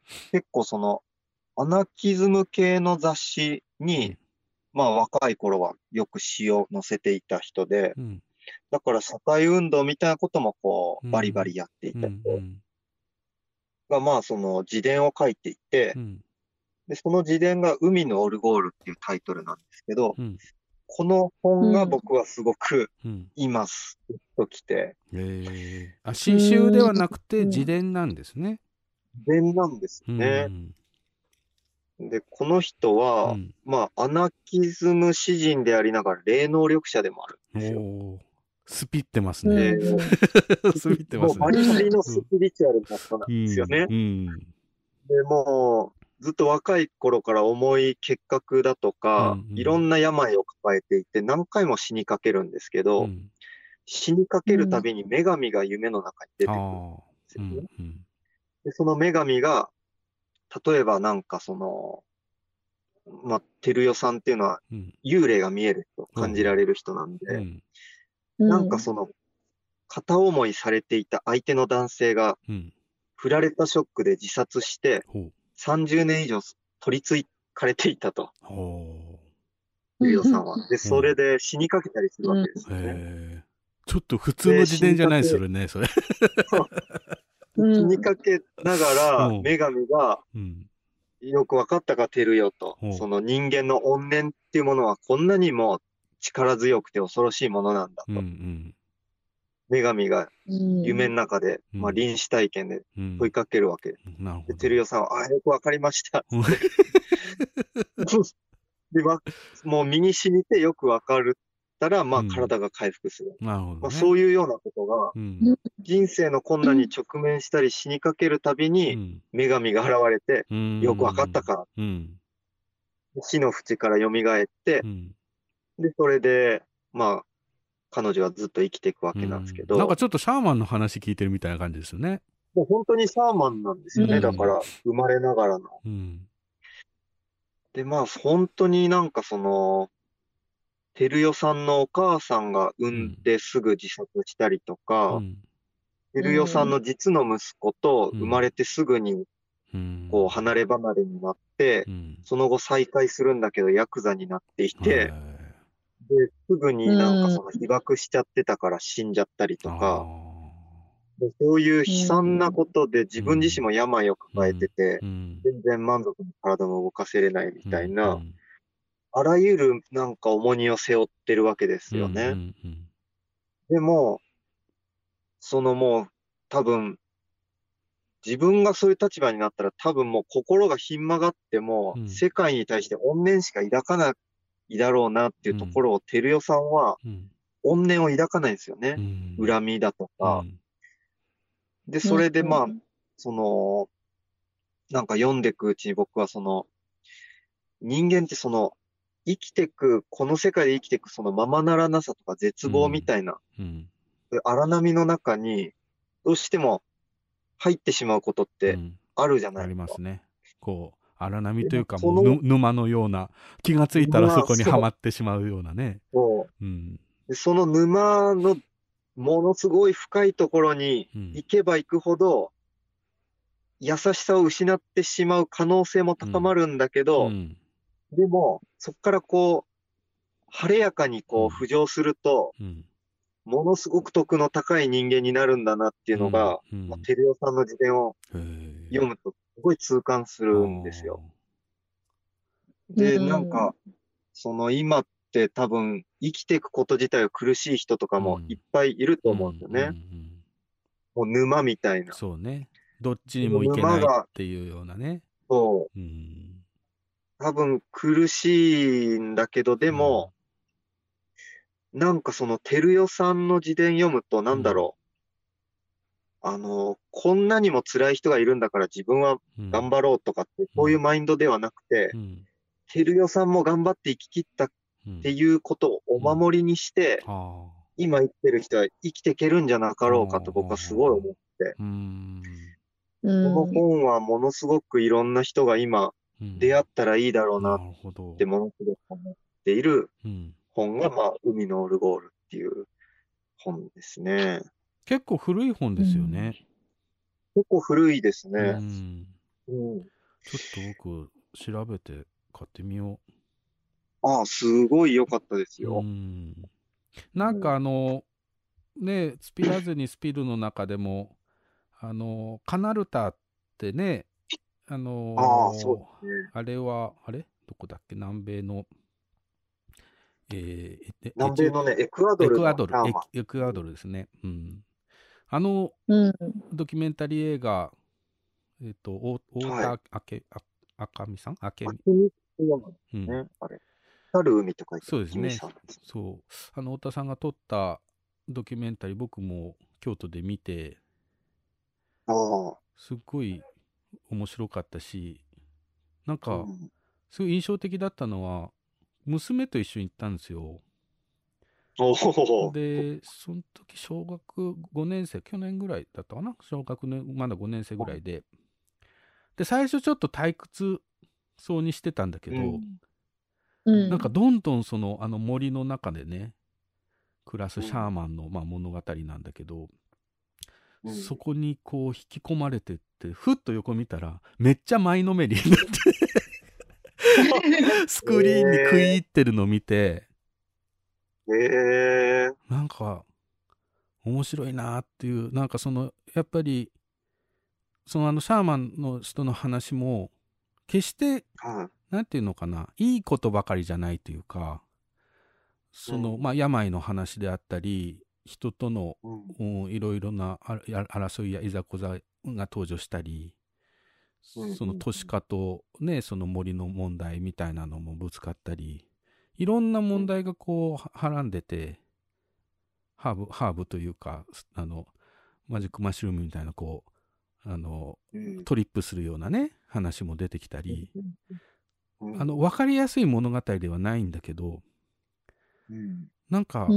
結構その、アナキズム系の雑誌に、まあ若い頃はよく詩を載せていた人で、うん、だから社会運動みたいなこともこう、バリバリやっていた人が、まあその自伝を書いていて、うん、で、その自伝が海のオルゴールっていうタイトルなんですけど、うん、この本が僕はすごく今すっときて。 うん、えー、あ、詩集ではなくて自伝なんですね。 自伝なんですね。うん、で、この人は、うん、まあ、アナキズム詩人でありながら霊能力者でもあるんですよ。 おー、スピってますね。スピってますね。 もうバリバリのスピリチュアルな人なんですよね。うんうん、で、もう、ずっと若い頃から重い結核だとか、うんうん、いろんな病を抱えていて、何回も死にかけるんですけど、うん、死にかけるたびに女神が夢の中に出てくるんですよね。うんうん、でその女神が、例えばなんかその、まあ、照代さんっていうのは、幽霊が見える人、うん、感じられる人なんで、うん、なんかその、片思いされていた相手の男性が、振られたショックで自殺して、うんさんじゅうねん以上取り付かれていたと。照代さんは。で、それで死にかけたりするわけですよね。 へちょっと普通の自伝じゃないですよね、それ。 死にかけながら、女神が、よくわかったか、照代と。その人間の怨念っていうものはこんなにも力強くて恐ろしいものなんだと。うんうん女神が夢の中で、うん、まあ、臨死体験で問いかけるわけです。うん、で、照代さんは、あ、よくわかりました。で、ま、もう身に染みてよくわかるったら、まあ、体が回復する。うんなるほどねまあ、そういうようなことが、うん、人生の困難に直面したり死にかけるたびに、うん、女神が現れて、うん、よくわかったか、うん。死の淵から蘇って、うん、で、それで、まあ、彼女はずっと生きていくわけなんですけど、 うん、なんかちょっとシャーマンの話聞いてるみたいな感じですよね。 もう本当にシャーマンなんですよね、うん、だから生まれながらの。うん、で、まあ本当になんかその、照代さんのお母さんが産んですぐ自殺したりとか、照代、うん、さんの実の息子と生まれてすぐにこう離れ離れになって、うん、その後再会するんだけどヤクザになっていて、うんで、すぐになんかその被爆しちゃってたから死んじゃったりとか、でそういう悲惨なことで自分自身も病を抱えてて、全然満足に体も動かせれないみたいな、あらゆるなんか重荷を背負ってるわけですよね。でも、そのもう多分、自分がそういう立場になったら多分もう心がひん曲がっても、世界に対して怨念しか抱かないいだろうなっていうところを、照代さんは、怨念を抱かないんですよね。うん、恨みだとか、うん。で、それでまあ、うん、その、なんか読んでいくうちに僕はその、人間ってその、生きてく、この世界で生きていくそのままならなさとか絶望みたいな、うんうん、荒波の中に、どうしても入ってしまうことってあるじゃないですか。 ありますね。こう。荒波というか、もう沼のような、気がついたらそこにはまってしまうようなね。 そう。うん、でその沼のものすごい深いところに行けば行くほど、うん、優しさを失ってしまう可能性も高まるんだけど、うん、でも、そこからこう、晴れやかにこう浮上すると、うん、ものすごく徳の高い人間になるんだなっていうのが、うんうんまあ、照代さんの自伝を読むと、すごい痛感するんですよ。で、なんか、その今って多分生きていくこと自体が苦しい人とかもいっぱいいると思うんですよね。うんうんうん、もう沼みたいな。 そうね。どっちにも行けないっていうようなね。 そう。うん、多分苦しいんだけど、でも、うん、なんかその照代さんの自伝読むとなんだろう。あの、こんなにも辛い人がいるんだから自分は頑張ろうとかって、そういうマインドではなくて、照代さんも頑張って生き切ったっていうことをお守りにして、今生きてる人は生きていけるんじゃなかろうかと僕はすごい思って、この本はものすごくいろんな人が今出会ったらいいだろうなってものすごく思っている本が、まあ、海のオルゴールっていう本ですね。 結構古い本ですよね。 うん、結構古いですね。うんうん。 ちょっと僕、調べて買ってみよう。ああ、すごい良かったですう。うよ。 ん。なんかあの、ね、スピラーズにスピルの中でも、あの、カナルタってね、あのああ、そうですね。 あれは、あれどこだっけ南米の、えー、 南米のね、エクアドルのエクアドル、エエクアドルですね。うん。あの、 うん、 ドキュメンタリー映画、えっ、ー、と、太田明美さん明美。 うん。ね、あれ。光る海とか言ってそうですね。そう。あの、太田さんが撮ったドキュメンタリー、僕も京都で見て、 ああ。 すっごい面白かったし、なんか、うん、すごい印象的だったのは、娘と一緒に行ったんですよ。 おで、その時小学ごねん生、去年ぐらいだったかな、小学ね、まだごねん生ぐらいで、で、最初ちょっと退屈そうにしてたんだけど、うん、なんかどんどんそのあの森の中でね、暮らすシャーマンの、まあ、物語なんだけど、うん、そこにこう引き込まれてって、ふっと横見たら、めっちゃ前のめりになってスクリーンに食い入ってるのを見て、 えー、 なんか面白いなっていう、なんかそのやっぱりそのあのシャーマンの人の話も決して、はい、なんていうのかな、いいことばかりじゃないというか、その、うん、まあ病の話であったり、人との、うん、いろいろな争いやいざこざが登場したり、うん、その都市化とね、その森の問題みたいなのもぶつかったり、いろんな問題がこうはらんでて、ハーブハーブというか、あのマジックマッシュルームみたいなこうあの、うん、トリップするようなね話も出てきたり、うん、あの分かりやすい物語ではないんだけど、うん、なんか、うん、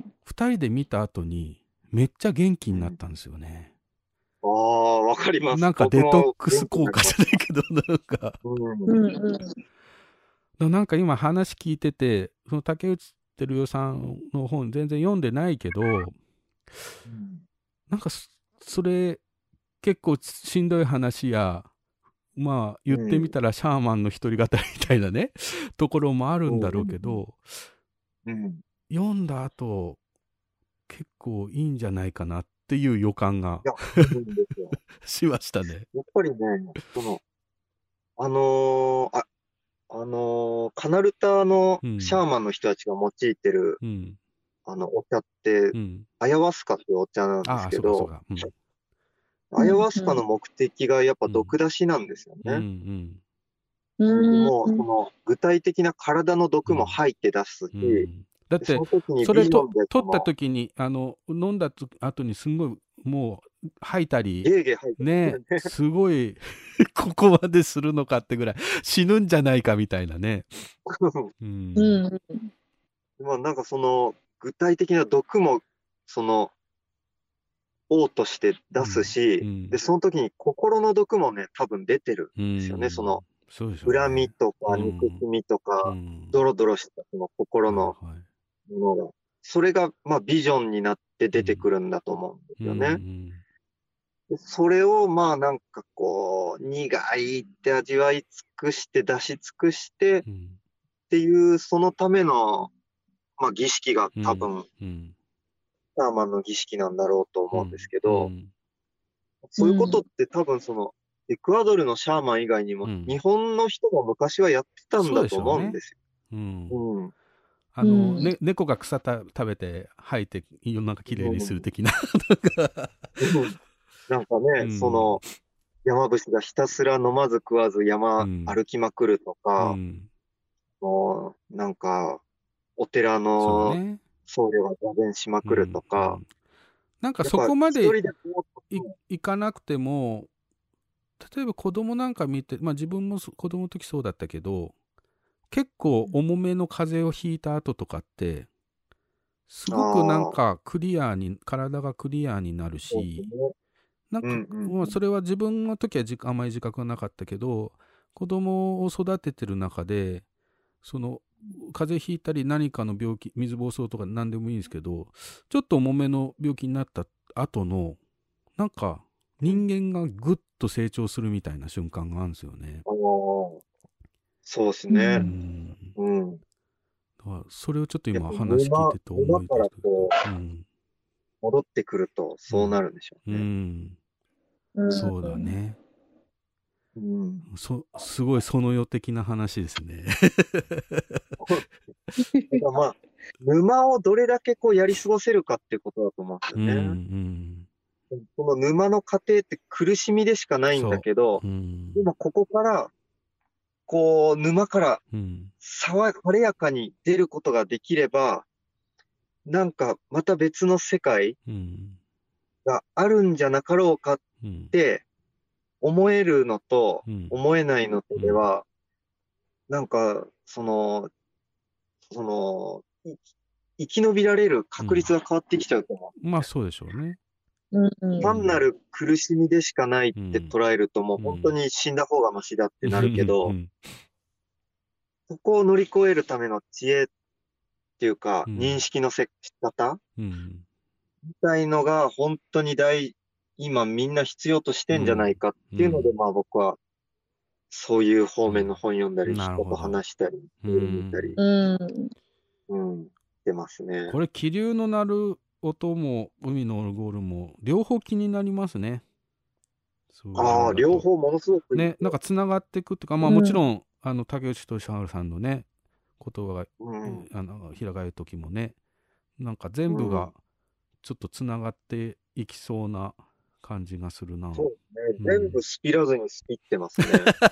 ふたりで見た後にめっちゃ元気になったんですよね。 うん、ああ、わかります。 なんかデトックス効果じゃないけど、なんか、うんうん、なんか今話聞いてて、その竹内照代さんの本全然読んでないけど、うん、なんかそれ結構しんどい話や、まあ言ってみたらシャーマンの一人語りみたいなね、うん、ところもあるんだろうけど、うんうん、読んだ後結構いいんじゃないかなっていう予感がしましたね。 やっぱりね、そのあのー、ああのー、カナルタのシャーマンの人たちが用いてる、うん、あのお茶って、うん、アヤワスカっていうお茶なんですけど、アヤワスカの目的がやっぱ毒出しなんですよね。うんうん、もうその具体的な体の毒も入って出すし、うんうん、 だってそれと取った時にあの飲んだ後にすごいもう吐いたりゲーゲー吐いてね、すごいここまでするのかってぐらい死ぬんじゃないかみたいなね。 うん、まあなんかその具体的な毒もその王として出すし、うんうん、でその時に心の毒もね多分出てるんですよね。うん、そのそうでしょうね、 恨みとか憎しみとか、うん、ドロドロしたその心のものが、はいはい、それがまあビジョンになって出てくるんだと思うんですよね。うんうんうん、それをまあなんかこう苦いって味わい尽くして出し尽くしてっていうそのためのまあ儀式が多分、うんうんシャーマンの儀式なんだろうと思うんですけど、うんうん、そういうことって多分その、エクアドルのシャーマン以外にも、うん、日本の人も昔はやってたんだと思うんですよ。うね、うん。 あの、ね、猫が草た食べて吐いて世の中きれいにする的な。 なんかね、うん、その、山伏がひたすら飲まず食わず山歩きまくるとか、うん、もうなんか、お寺の、ね、僧侶が座禅しまくるとか、うんうん、 なんかそこまでいかなくても、例えば子供なんか見て、まあ自分も子供の時そうだったけど、結構重めの風邪をひいた後とかってすごくなんかクリアに体がクリアになるし、なんか、うんうん、まあ、それは自分の時はあんまり自覚がなかったけど、子供を育ててる中でその風邪ひいたり何かの病気、水疱瘡とか何でもいいんですけど、ちょっと重めの病気になった後のなんか人間がぐっと成長するみたいな瞬間があるんですよね。 そうですね。うん。うん、だからそれをちょっと今話聞いてて思い出して、うん、 戻ってくるとそうなるんでしょうね。 うんうん、そうだね。うん、そすごいその世的な話ですね。 まあ沼をどれだけこうやり過ごせるかっていうことだと思うんですよね。うんうん、この沼の過程って苦しみでしかないんだけど、うん、今ここからこう沼から爽やかに出ることができれば、なんかまた別の世界があるんじゃなかろうかって思えるのと思えないのとでは、なんかそのその生き延びられる確率が変わってきちゃうと思う、 うん、まあそうでしょうね。 単なる苦しみでしかないって捉えると、もう本当に死んだ方がマシだってなるけど、うんうん、そこを乗り越えるための知恵っていうか、うん、認識のせ仕方、うん、みたいのが本当に大、今みんな必要としてんじゃないかっていうので、うん、まあ僕はそういう方面の本読んだり、うん、人と話したり、見たり、うん、うん、してますね。 これ気流の鳴る音も海のオルゴールも両方気になりますね。 ああ、両方ものすごくいいね。なんかつながっていくっていうか、まあもちろん、うん、あの竹内俊治さんのね言葉が、うん、あの開かれる時もね、なんか全部がちょっとつながっていきそうな感じがするな。 うん、そうですね、うん、全部スピらずにスピってますね。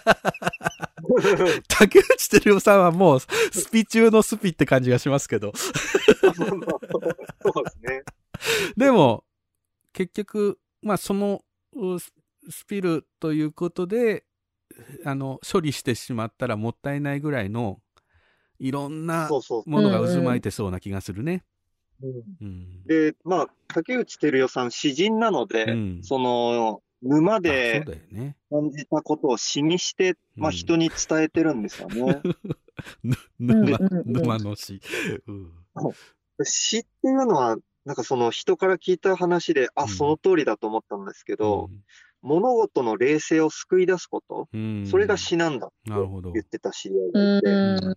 竹内照夫さんはもうスピ中のスピって感じがしますけど。 そうですね。 でも結局まあそのスピルということであの処理してしまったらもったいないぐらいのいろんなものが渦巻いてそうな気がするね。 うんうん、でまあ竹内照夫さん詩人なので、うん、その沼で感じたことを詩にして、まあ、人に伝えてるんですよね。 沼, 沼の詩、うん、 詩っていうのはなんかその人から聞いた話で、あ、その通りだと思ったんですけど、うん、物事の冷静を救い出すこと、うん、それが詩なんだって言ってた知り合いがいて、うん、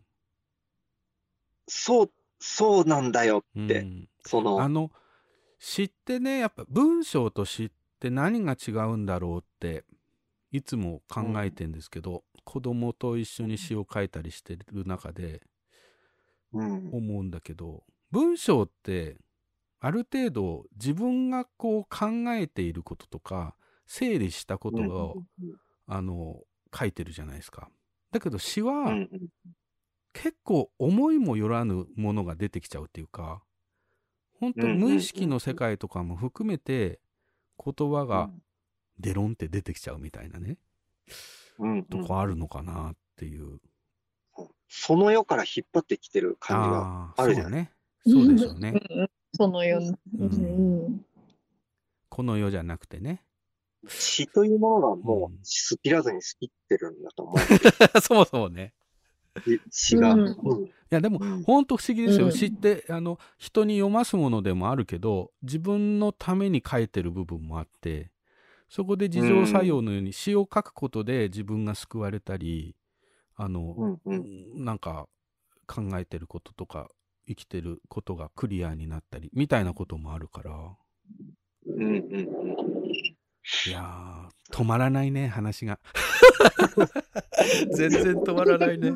そうそうなんだよって、うん、そのあの詩ってね、やっぱ文章と詩って何が違うんだろうっていつも考えてんですけど、うん、子供と一緒に詩を書いたりしてる中で思うんだけど、うん、文章ってある程度自分がこう考えていることとか整理したことを、うん、あの書いてるじゃないですか。だけど詩は、うん、結構思いもよらぬものが出てきちゃうっていうか、本当無意識の世界とかも含めて言葉がデロンって出てきちゃうみたいなね、うん、とこあるのかなっていう。 その世から引っ張ってきてる感じがあるじゃない。 そうね。そうでしょうね。 その世、うん、 この世じゃなくてね。 詩というものがもうスピらずにスピってるんだと思う。そもそもね。 詩が、うん、 いやでも本当不思議ですよ、うん、詩ってあの人に読ますものでもあるけど自分のために書いてる部分もあって、そこで自浄作用のように詩を書くことで自分が救われたり、あの、うんうん、なんか考えてることとか生きてることがクリアになったりみたいなこともあるから、うんうん、いやー止まらないね話が。全然止まらないね。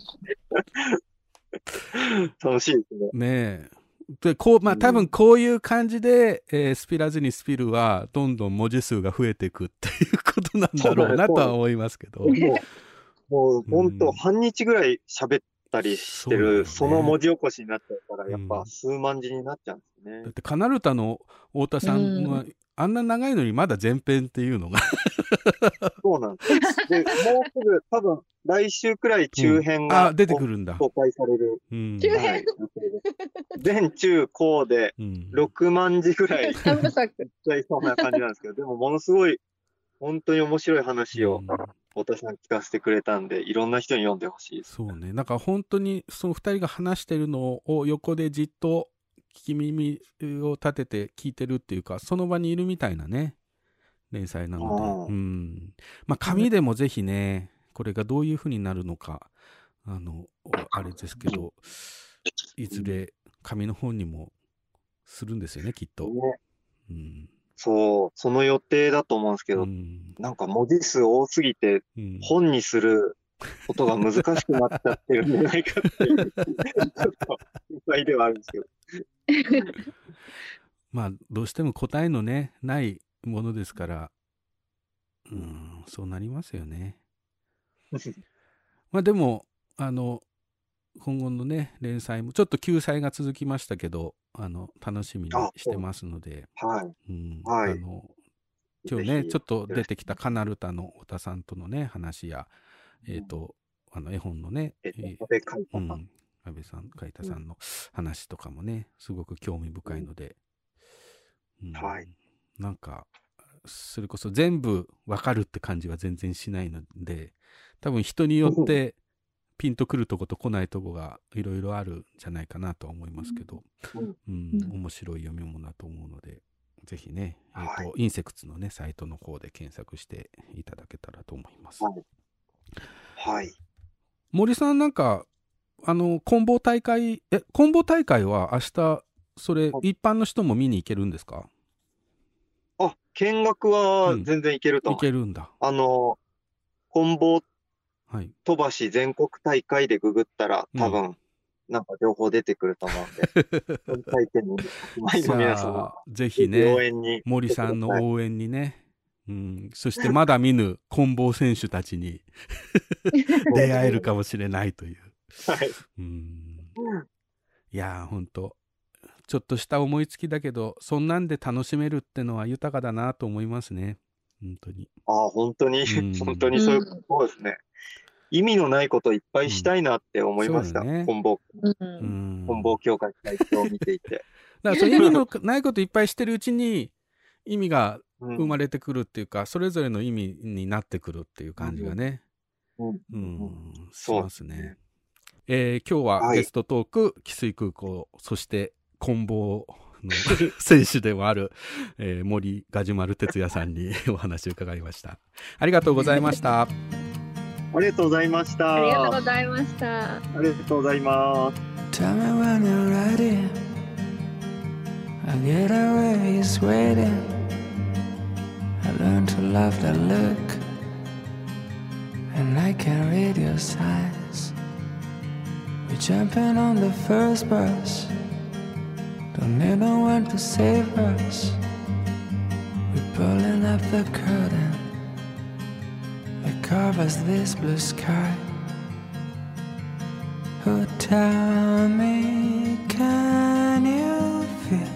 楽しいですね。 ねえ。でこうまあ多分こういう感じで、えー、スピらずにスピルはどんどん文字数が増えていくっていうことなんだろうなとは思いますけど。もうもう本当、うん、半日ぐらい喋ったりしてる そ,、ね、その文字起こしになっちゃうからやっぱ数万字になっちゃうんですね。 だってカナルタの太田さんは、うん、あんな長いのにまだ前編っていうのがそうなんです。で、もうすぐ多分来週くらい中編が、 うん、あ出てくるんだ。 公開される。 うん、中編、はい、 全中高でろくまん字ぐらいいっちゃいそうな感じなんですけど、でもものすごい本当に面白い話を太田さん聞かせてくれたんで、いろんな人に読んでほしいです。 そうね。なんか本当にそのふたりが話してるのを横でじっと聞き耳を立てて聞いてるっていうか、その場にいるみたいなね。 連載なので、うん、まあ紙でもぜひね、これがどういう風になるのか、あのあれですけど、いずれ紙の本にもするんですよね、きっと。うん、 そう、その予定だと思うんですけど、うん、なんか文字数多すぎて、本にすることが難しくなっちゃってるんじゃないかっていう、ちょっと心配ではあるんですけど。 まあ、どうしても答えのね、ないものですから、うん、そうなりますよね。まあでも、あの、今後のね、連載も、ちょっと休載が続きましたけど、あの、楽しみにしてますので、 はい。うん、はい。あの、 今日ね、ちょっと出てきたカナルタの太田さんとのね、話や、えっと、あの、絵本のね、 えっと、安倍海太さん。うん、 安倍さん、海太さんの話とかもね、すごく興味深いので、 うん、はい。 なんか、それこそ全部わかるって感じは全然しないので、多分人によってピンとくるとこと来ないとこがいろいろあるんじゃないかなとは思いますけど、うん、面白い読み物だと思うので、ぜひね、えーと、インセクツのね、サイトの方で検索していただけたらと思います。 はい。はい、 森さん、なんか、あの、棍棒大会、え、棍棒大会は明日、それ、一般の人も見に行けるんですか？ あ、見学は全然行けると思う。 行けるんだ。 あの、棍棒飛ばし全国大会でググったら、多分、うん、なんか情報出てくると思うんで、その体験に、前の皆様、 ぜひね、応援に森さんの応援にね、うん、そしてまだ見ぬ棍棒選手たちに出会えるかもしれないという。 はい。 うん、いやー、ほんと。ちょっとした思いつきだけど、そんなんで楽しめるってのは豊かだなと思いますね。本当に。 ああ、本当に、うん、本当にそういうことですね。意味のないこといっぱいしたいなって思いました。棍棒、棍棒協会会長を見ていて。 だからそういう意味のないこといっぱいしてるうちに、意味が生まれてくるっていうか、うん、それぞれの意味になってくるっていう感じがね。うん。うん、しますね。えー、今日はゲストトーク、はい、汽水空港、そして棍棒の選手でもある、えー、森ガジュマル哲也さんにお話を伺いました。ありがとうございました。 ありがとうございました。 ありがとうございました。 ありがとうございます。Tell me when you're ready. I get away, he's waiting. I learned to love the look, and I can read your signs. We're jumping on the first bus. Don't need no one to save us. We're pulling up the curtain that covers this blue sky. Oh, tell me, can you feel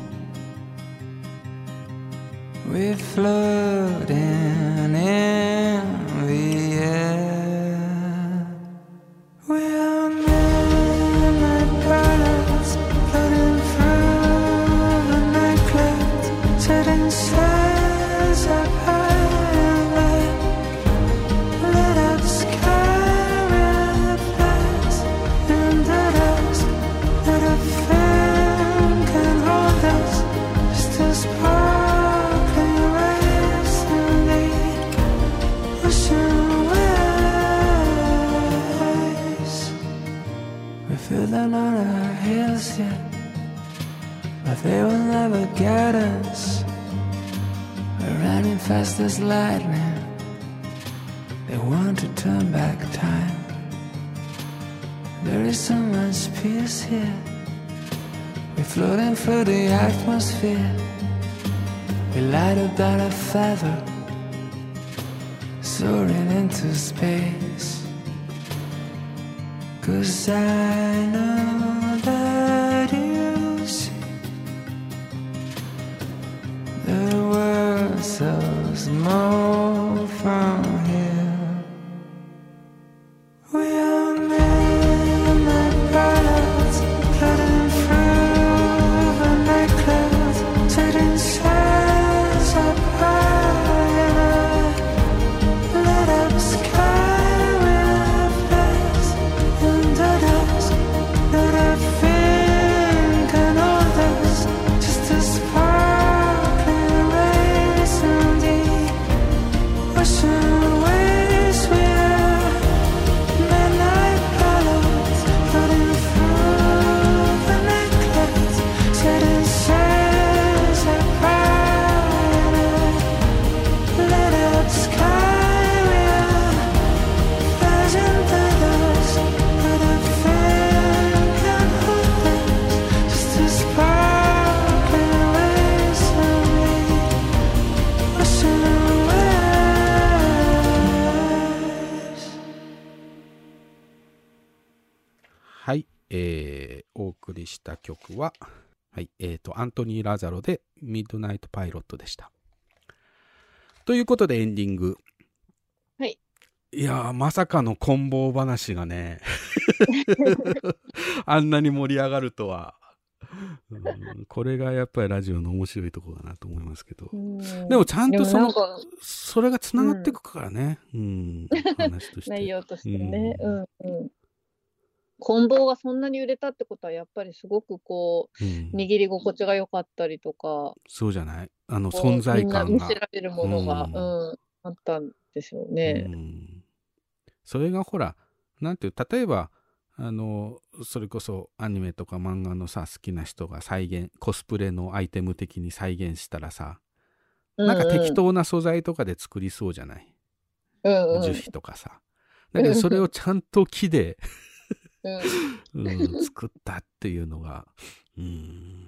we're floating in the air? We are midnight birds floating through the night clouds, setting sails up high, lit up sky with lights in the dusk. Not a fan can hold us, just a sparkling rays in the ocean waves. We feel them on our heels yet, but they will never get us. We're running fast as lightning. They want to turn back time. There is so much peace here. We're floating through the atmosphere. We lighter than a feather, soaring into space. 'Cause I know that you see the world so small from here. We are midnight birds floating through the night clouds, setting sails up high, lit up sky with lights in the dusk. Not a thing can hold us, just a sparkling rays in the えー、お送りした曲は、はい、えーと、アントニー・ラザロでミッドナイト・パイロットでした。ということでエンディング。 はい。 いやー、まさかの棍棒話がね、あんなに盛り上がるとは。うん、これがやっぱりラジオの面白いところだなと思いますけど。でもちゃんとその、それがつながっていくからね。うん。うん、話として。 内容としてね。うん、うん。棍棒がそんなに売れたってことはやっぱりすごくこう、うん、握り心地が良かったりとか。 そうじゃない。あの存在感が。 みんな見せられるものが、うん、うん、あったんでしょうね。うん、 それがほら、なんていう、例えば、あのそれこそアニメとか漫画のさ好きな人が再現コスプレのアイテム的に再現したらさ、うんうん、なんか適当な素材とかで作りそうじゃない、うんうん、樹皮とかさ。だけどそれをちゃんと木で、うんうん、作ったっていうのが、うん、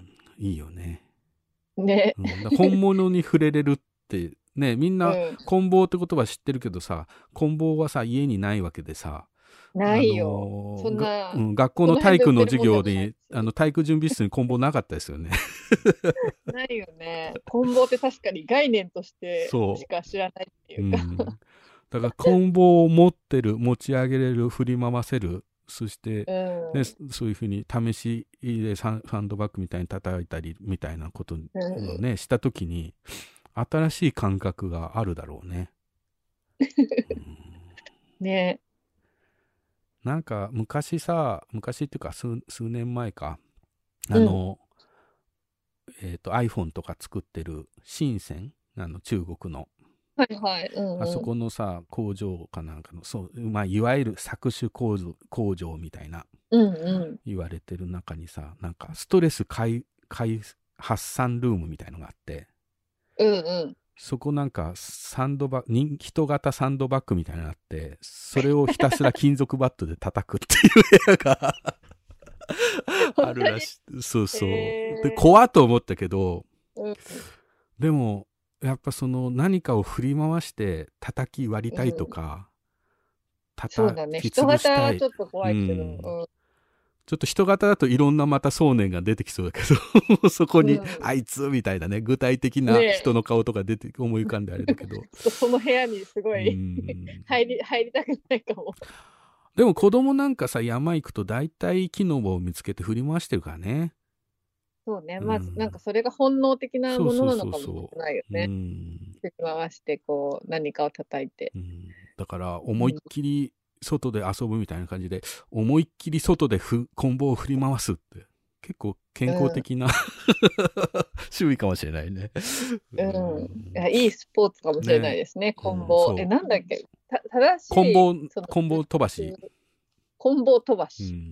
いいよね。 ね、 うん、本物に触れれるってね、みんな棍棒って言葉知ってるけどさ、棍棒はさ家にないわけでさ。 ないよ、あのー、そんな、 うん、学校の体育の授業であの体育準備室に棍棒なかったですよね。 ないよね。棍棒って確かに概念としてしか知らないっていうか、うん、だから棍棒を持ってる、持ち上げれる、振り回せる、そして、うんね、そういうふうに試しでサンドバッグみたいに叩いたりみたいなことをね、うん、した時に新しい感覚があるだろうね。 うん、ね。 なんか昔さ、昔っていうか 数, 数年前か、あの、うん、えっと iPhone とか作ってる深セン、あの中国の、 はいはい、うんうん、 あそこのさ工場かなんかの、そう、まあいわゆる搾取工場、工場みたいな、 うんうん、 言われてる中にさ、なんかストレス解発散ルームみたいのがあって、 うんうん。 そこなんかサンドバッ人型サンドバッグみたいなのがあって、それをひたすら金属バットで叩くっていう部屋があるらしい。そうそう。で怖っと思ったけど、うん、でもやっぱその何かを振り回して叩き割りたいとか、 うん、叩き潰したい。そうだね。人型はちょっと怖いけど。うんうん、 ちょっと人型だといろんなまた想念が出てきそうだけどそこに、うん、あいつみたいなね、具体的な人の顔とか出て、ね、思い浮かんであれだけどその部屋にすごい入り入りたくないかも。 でも子供なんかさ、山行くと大体木の棒を見つけて振り回してるからね。 そうね、まあ、うん、なんかそれが本能的なものなのかもしれないよね。振り回してこう何かを叩いて、 うん、だから思いっきり、うん、外で遊ぶみたいな感じで思いっきり外でふ棍棒を振り回すって結構健康的な、うん、趣味かもしれないね。 うん、いや、いいスポーツかもしれないですね、ね、棍棒、うん、えなんだっけ、た正しい棍棒棍棒飛ばし棍棒飛ばし、うん、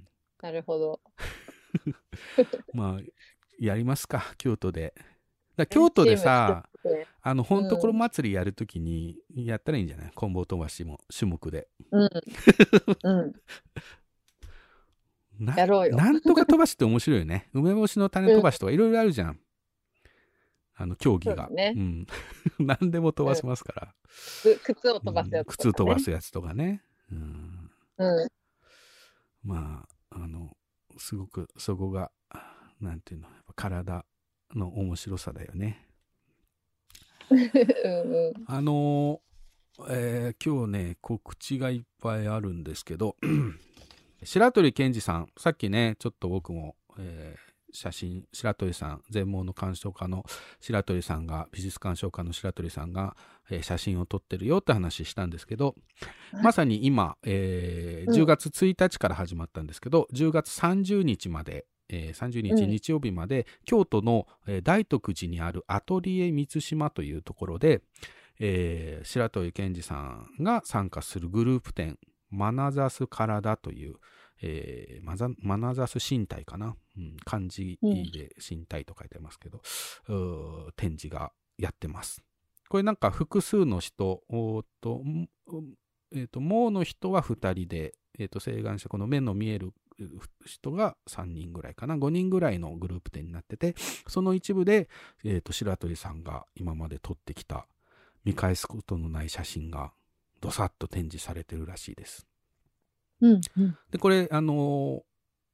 なるほど。 まあやりますか、京都で。だ京都でさ、あの本所祭りやるときにやったらいいんじゃない、棍棒飛ばしも種目で。うん、うんなやろうよ。 なんとか飛ばしって面白いよね。梅干しの種飛ばしとかいろいろあるじゃん。あの競技が。ね、うん。何でも飛ばしますから。 うん、靴を飛ばすやつとか、ね、 靴飛ばすやつとかね。うん。うん、まあ、あの、すごくそこが、なんていうの、やっぱ体の面白さだよね。うんうん、あの、えー、今日ね、告知がいっぱいあるんですけど、白鳥健二さん、さっきねちょっと僕も、えー、写真、白鳥さん、全盲の鑑賞家の白鳥さんが、美術鑑賞家の白鳥さんが、えー、写真を撮ってるよって話したんですけど、まさに今、えー、じゅうがつついたちから始まったんですけど、うん、じゅうがつさんじゅうにちまで、えー、さんじゅうにち、うん、日曜日まで京都の、えー、大徳寺にあるアトリエ満島というところで、えー、白鳥健二さんが参加するグループ展、まなざす体という、えー、まざまなざす身体かな、うん、漢字で身体と書いてますけど、うん、展示がやってます。これなんか複数の人と、えーと、盲の人はふたりで、えーと、晴眼者、この目の見える人がさんにんぐらいかな、ごにんぐらいのグループ展になってて、その一部で、えーと、白鳥さんが今まで撮ってきた見返すことのない写真がどさっと展示されてるらしいです。 うんうん、 でこれあの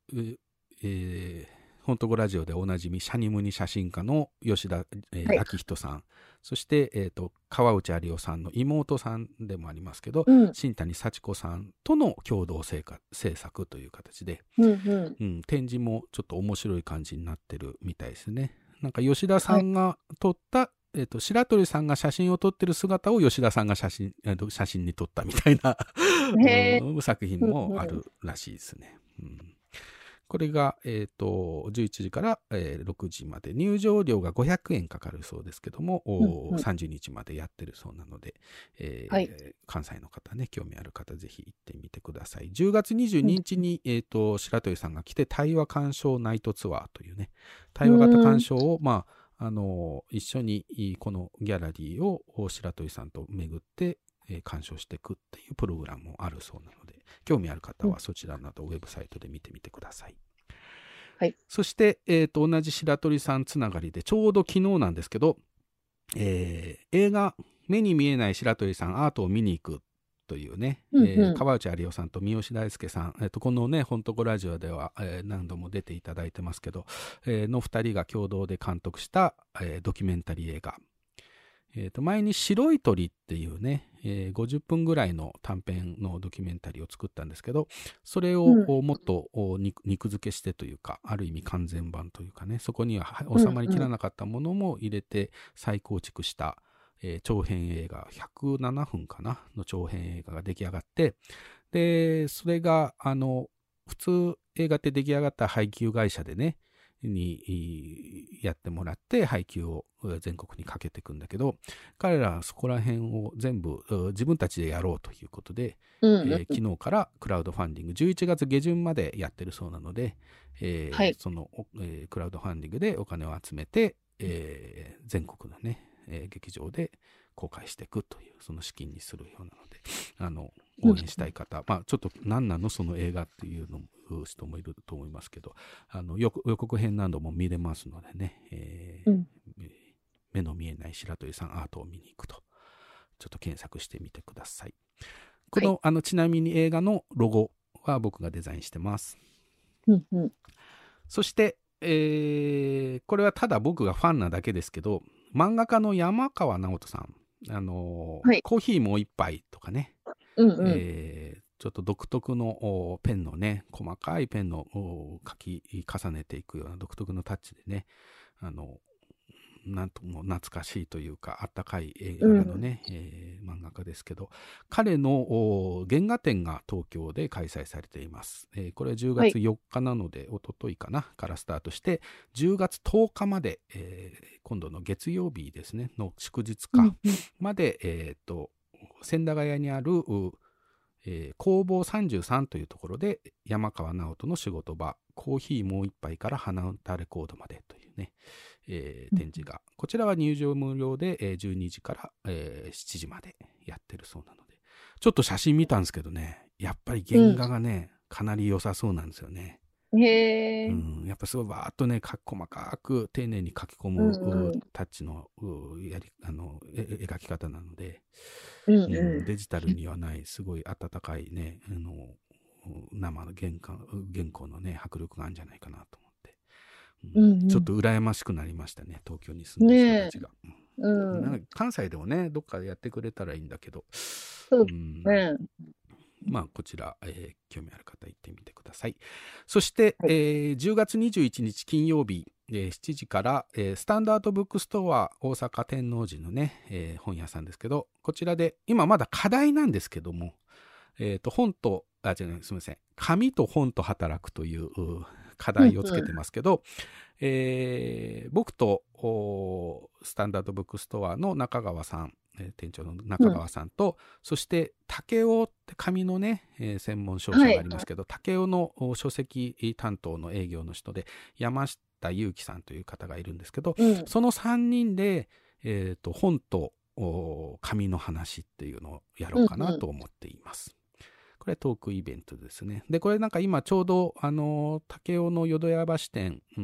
えー、本当ごラジオでおなじみシャニムニ写真家の吉田、えーはい、明人さん、そして、えーと、川内有夫さんの妹さんでもありますけど、うん、新谷幸子さんとの共同制作という形で、うんうんうん、展示もちょっと面白い感じになってるみたいですね。なんか吉田さんが撮った、はい、えーと、白鳥さんが写真を撮ってる姿を吉田さんが写真、えーと、写真に撮ったみたいな作品もあるらしいですね。うん、これが、えーと、じゅういちじから、えー、ろくじまで、入場料がごひゃくえんかかるそうですけども、うんうん、さんじゅうにちまでやってるそうなので、えーはい、関西の方ね、興味ある方ぜひ行ってみてください。じゅうがつにじゅうににちに、うん、えーと、白鳥さんが来て対話鑑賞ナイトツアーというね、対話型鑑賞を、まあ、あの一緒にこのギャラリーを白鳥さんと巡って、えー、鑑賞していくっていうプログラムもあるそうなので、興味ある方はそちらなどウェブサイトで見てみてください。はい、そして、えーと、同じ白鳥さんつながりでちょうど昨日なんですけど、えー、映画目に見えない白鳥さんアートを見に行くというね、うんうんえー、川内有夫さんと三好大輔さん、えーと、このねほんとこラジオでは、えー、何度も出ていただいてますけど、えー、のふたりが共同で監督した、えー、ドキュメンタリー映画、えーと、前に白い鳥っていうね、えー、ごじゅっぷんぐらいの短編のドキュメンタリーを作ったんですけど、それを、うん、もっと肉、肉付けしてというか、ある意味完全版というかね、そこには収まりきらなかったものも入れて再構築した、えー、長編映画、ひゃくななふんかなの長編映画が出来上がって、で、それが、あの、普通映画って出来上がった配給会社でね、にやってもらって配給を全国にかけていくんだけど、彼らはそこら辺を全部自分たちでやろうということで、うんうんえー、昨日からクラウドファンディングじゅういちがつげじゅんまでやってるそうなので、えーはい、その、えー、クラウドファンディングでお金を集めて、えー、全国のね、えー、劇場で公開していくというその資金にするようなので、あの応援したい方、うん、まあちょっと何なのその映画っていうのも人もいると思いますけど、あの予告編なども見れますのでね、えーうん、目の見えない白鳥さんアートを見に行くとちょっと検索してみてください。この、はい、あのちなみに映画のロゴは僕がデザインしてます。うんうん、そして、えー、これはただ僕がファンなだけですけど、漫画家の山川直人さん、あのーはい、コーヒーもう一杯とかね、うんうんえーちょっと独特のペンのね、細かいペンの書き重ねていくような独特のタッチでね、あの、なんとも懐かしいというか、あったかい映画のね、うんえー、漫画家ですけど、彼の原画展が東京で開催されています。えー、これはじゅうがつよっかなので、はい、おとといかな、からスタートして、じゅうがつとおかまで、えー、今度の月曜日ですね、の祝日かまで、うんえっと、千駄ヶ谷にある、えー、工房さんじゅうさんというところで山川直人の仕事場コーヒーもう一杯から花歌レコードまでというね、えー、展示が、うん、こちらは入場無料で、えー、じゅうにじから、えー、しちじまでやってるそうなので、ちょっと写真見たんですけどね、やっぱり原画がね、うん、かなり良さそうなんですよね。へー、うん、やっぱすごいバーっとね細かく丁寧に書き込む、うんうん、タッチのやりあの描き方なので、うんうんうん、デジタルにはないすごい温かいねあの生の原稿、原稿のね迫力があるんじゃないかなと思って、うんうんうん、ちょっと羨ましくなりましたね、東京に住んでる人たちが、ねうん、なんか関西でもねどっかでやってくれたらいいんだけど、そうですね、うんまあこちら、えー、興味ある方行ってみてください。そして、はいえー、じゅうがつにじゅういちにち金曜日、えー、しちじから、えー、スタンダードブックストア大阪天王寺のね、えー、本屋さんですけど、こちらで今まだ課題なんですけども、えー、と本とあ違うすみません紙と本と働くという課題をつけてますけど、うんうんえー、僕とスタンダードブックストアの中川さん店長の中川さんと、うん、そして武雄って紙のね、えー、専門商社がありますけど、はい、武雄の書籍担当の営業の人で山下裕樹さんという方がいるんですけど、うん、そのさんにんで、えーと、本と紙の話っていうのをやろうかなと思っています。うんうんこれトークイベントですね。で、これなんか今ちょうど、あの、武雄の淀屋橋店、うん、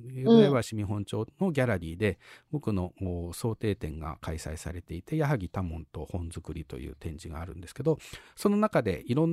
淀屋橋見本町のギャラリーで、うん、僕の想定展が開催されていて、矢作多聞と本作りという展示があるんですけど、その中でいろんな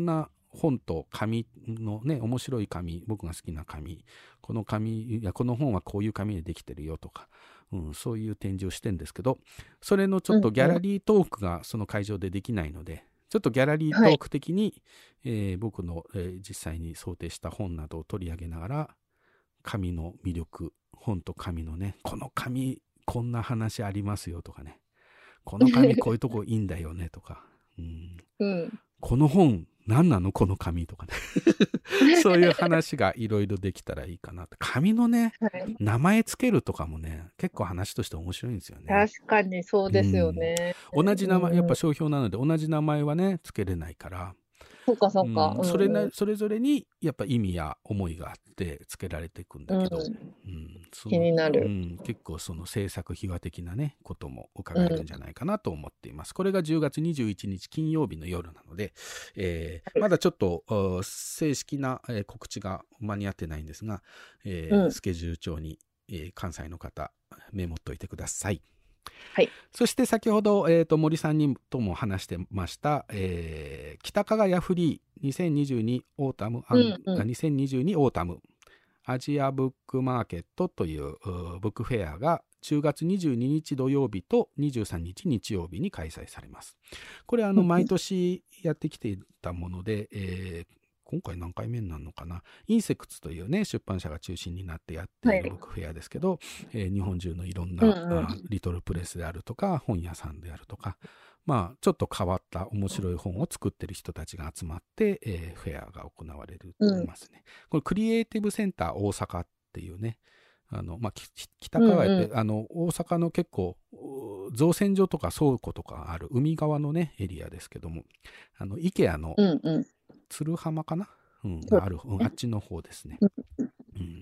本と紙のね、面白い紙、僕が好きな紙、この紙、いや、この本はこういう紙でできてるよとか、うん、そういう展示をしてるんですけど、それのちょっとギャラリートークがその会場でできないので、ちょっとギャラリートーク的に、はい、えー、僕の、えー、実際に想定した本などを取り上げながら、紙の魅力、本と紙のね、この紙、こんな話ありますよとかね、この紙こういうとこいいんだよねとか、うんうん、この本何なのこの紙とかねそういう話がいろいろできたらいいかなって。紙のね、はい、名前つけるとかもね、結構話として面白いんですよね。 確かにそうですよね、 うん、同じ名前、やっぱ商標なので同じ名前はねつけれないから、 そうかそうか、 うん、それなそれぞれにやっぱ意味や思いがあってつけられていくんだけど、うんうん、 気になる、 うん、結構その制作秘話的なねことも伺えるんじゃないかなと思っています、うん、これがじゅうがつにじゅういちにち金曜日の夜なので、えーはい、まだちょっと正式な告知が間に合ってないんですが、えーうん、スケジュール帳に、えー、関西の方メモっといてください。 はい、 そして先ほど、えー、と森さんにとも話してました、えー、北加賀屋フリーにせんにじゅうにオータム、うんうん、にせんにじゅうにオータムアジアブックマーケットというブックフェアがじゅうがつにじゅうににち土曜日とにじゅうさんにち日曜日に開催されます。これあの毎年やってきていたもので、えー今回何回目になるのかな、インセクツというね出版社が中心になってやっているブックフェアですけど、はい、えー、日本中のいろんな、うんうん、リトルプレスであるとか本屋さんであるとか、まあちょっと変わった面白い本を作ってる人たちが集まって、えー、フェアが行われると思いますね、うん、これクリエイティブセンター大阪っていうね、あの、まあ、北川って、うんうん、あの大阪の結構造船所とか倉庫とかある海側のねエリアですけども、あの IKEA の、うんうん鶴浜かな、うん、ある、うん、あっちの方ですね、うん、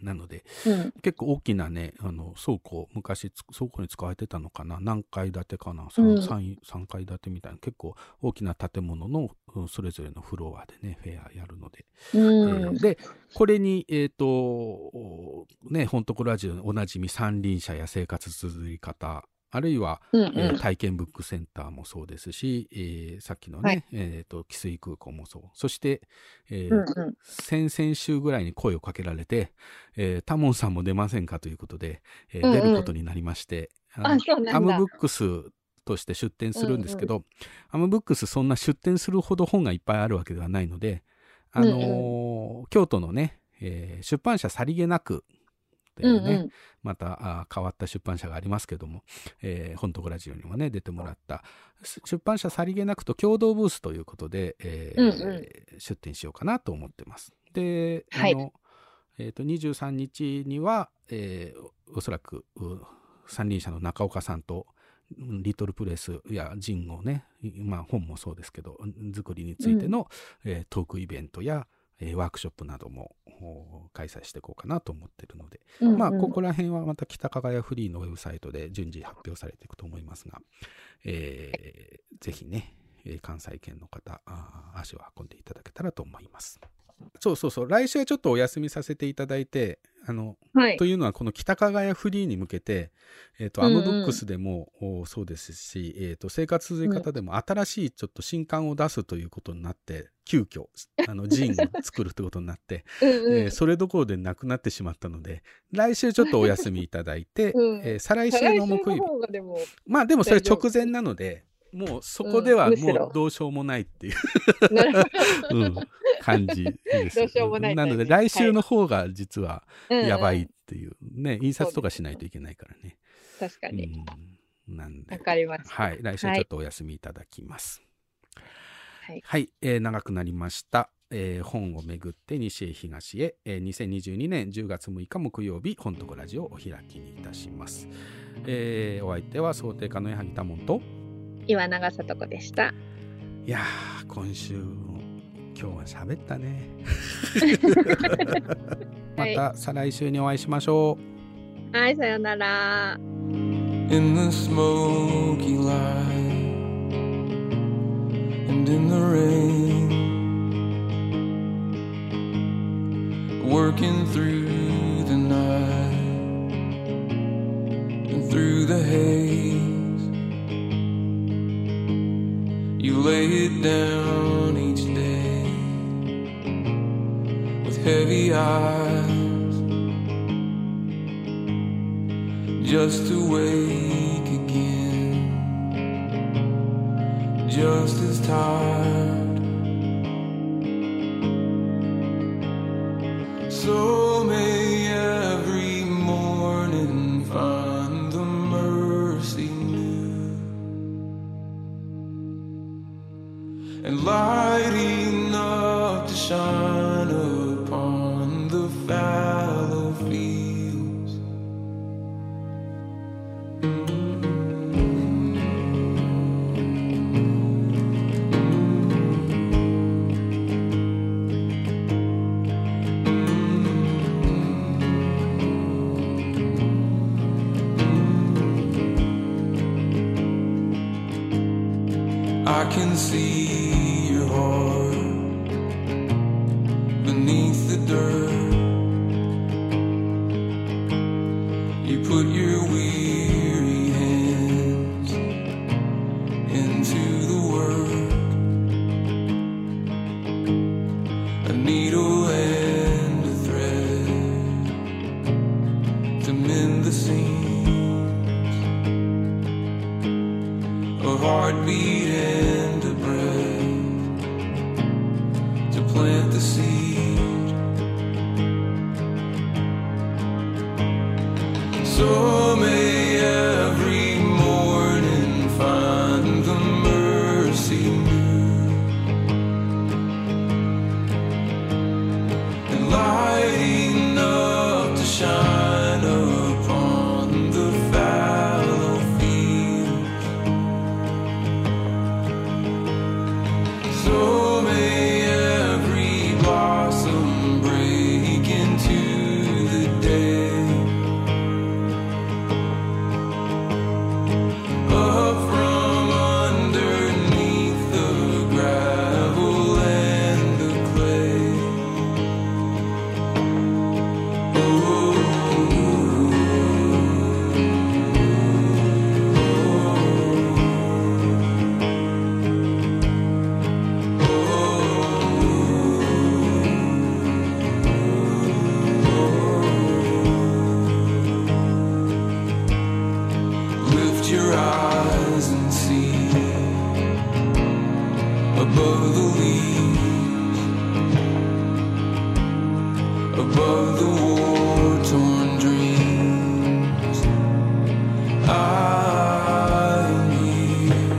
なので、うん、結構大きなねあの倉庫、昔倉庫に使われてたのかな、何階建てかな、 3, 3, 3階建てみたいな結構大きな建物の、うん、それぞれのフロアでねフェアやるので、うんえー、でこれにえっ、ー、とねほんとこラジオのおなじみ三輪車や生活綴り方、あるいは、うんうんえー、体験ブックセンターもそうですし、えー、さっきのね、はいえー、と汽水空港もそう、そして、えーうんうん、先々週ぐらいに声をかけられて、えー、タモンさんも出ませんかということで、えーうんうん、出ることになりまして、あのアムブックスとして出展するんですけど、うんうん、アムブックスそんな出展するほど本がいっぱいあるわけではないので、あのーうんうん、京都のね、えー、出版社さりげなくねうんうん、また変わった出版社がありますけども、えー、本とこラジオにもね出てもらった出版社さりげなくと共同ブースということで、えーうんうん、出展しようかなと思ってます。で、はい、あのえー、とにじゅうさんにちには、えー、おそらく三輪車の中岡さんとリトルプレスやジンをね、まあ、本もそうですけど作りについての、うんえー、トークイベントやワークショップなども開催していこうかなと思っているので、うんうん、まあここら辺はまた北加賀屋フリーのウェブサイトで順次発表されていくと思いますが、えー、ぜひね関西圏の方足を運んでいただけたらと思います。そうそうそう、来週はちょっとお休みさせていただいて、あの、はい、というのはこの北加賀屋フリーに向けて、えっと、アムブックスでもそうですし、えっと、生活続き方でも新しいちょっと新刊を出すということになって、急遽、あの、ジンを作るということになって、うんうんえー、それどころでなくなってしまったので、来週ちょっとお休みいただいて、うんえー、再来週の木曜日。まあでもそれ直前なので、もうそこではもうどうしようもないっていう、うんうん、感じです。 どうしようもない。 なので来週の方が実はやばいっていうね、うんうん、印刷とかしないといけないからね。 確かに。 うん、なんで。 わかりました。 はい、来週ちょっとお休みいただきます。はい、はい、えー、長くなりました。えー、本をめぐって西へ東へ、えー、にせんにじゅうにねんじゅうがつむいか木曜日本とこラジオをお開きにいたします。えー、お相手は想定家の矢作多門と岩永さと子でした。 いやー今週今日は喋ったねまた再来週にお会いしましょう。はい、さよなら。 In the smoky light and in the rain, working through the night and through the haze, you lay it down each day heavy eyes, just to wake again, just as tired. So may every morning find the mercy new, and light enough to shine upon the fallow fields. I can see your heart beneath the dirt. You put your weary hands into the work, a needle and a thread to mend the seams, a heartbeat and a breath to plant the seed. So may every morning find the mercy new, and light enough to shine upon the fallow fields. So may every blossom break into the day, up from underneath the gravel and the clay. Oh, lift your eyes and see above the leaves, above the war-torn dreams. I am here,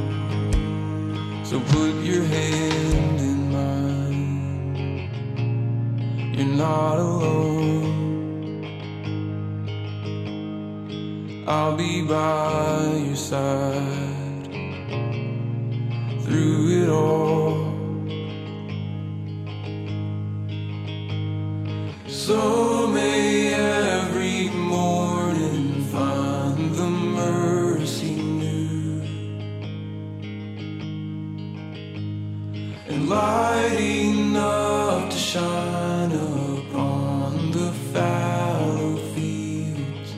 so put your hand in mine. You're not alone. I'll be by your side through it all. So may every morning find the mercy new, and light enough to shine upon the fallow fields.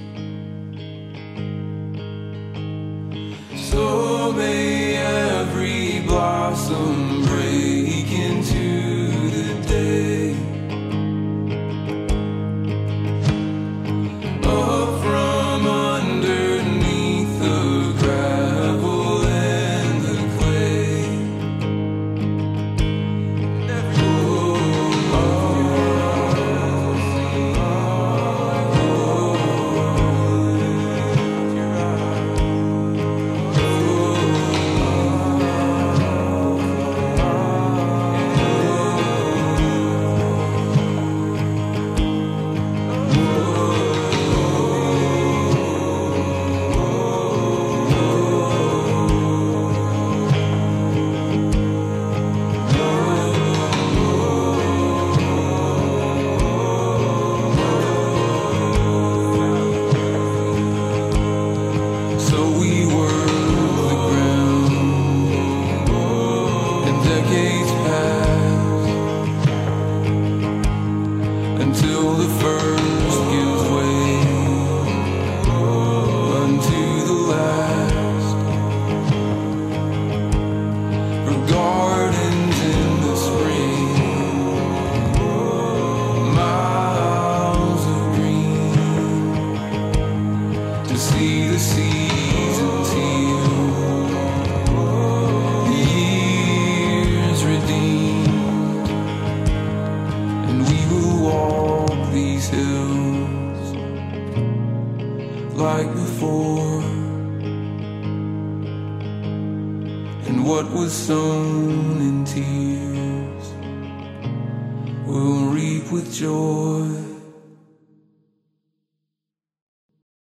So may every blossom break into the day, up from underneath the gravel and the clay. Oh, oh, oh, oh. to see the seasons heal, the years redeemed, and we will walk these hills like before. And what was sown in tears we'll reap with joy.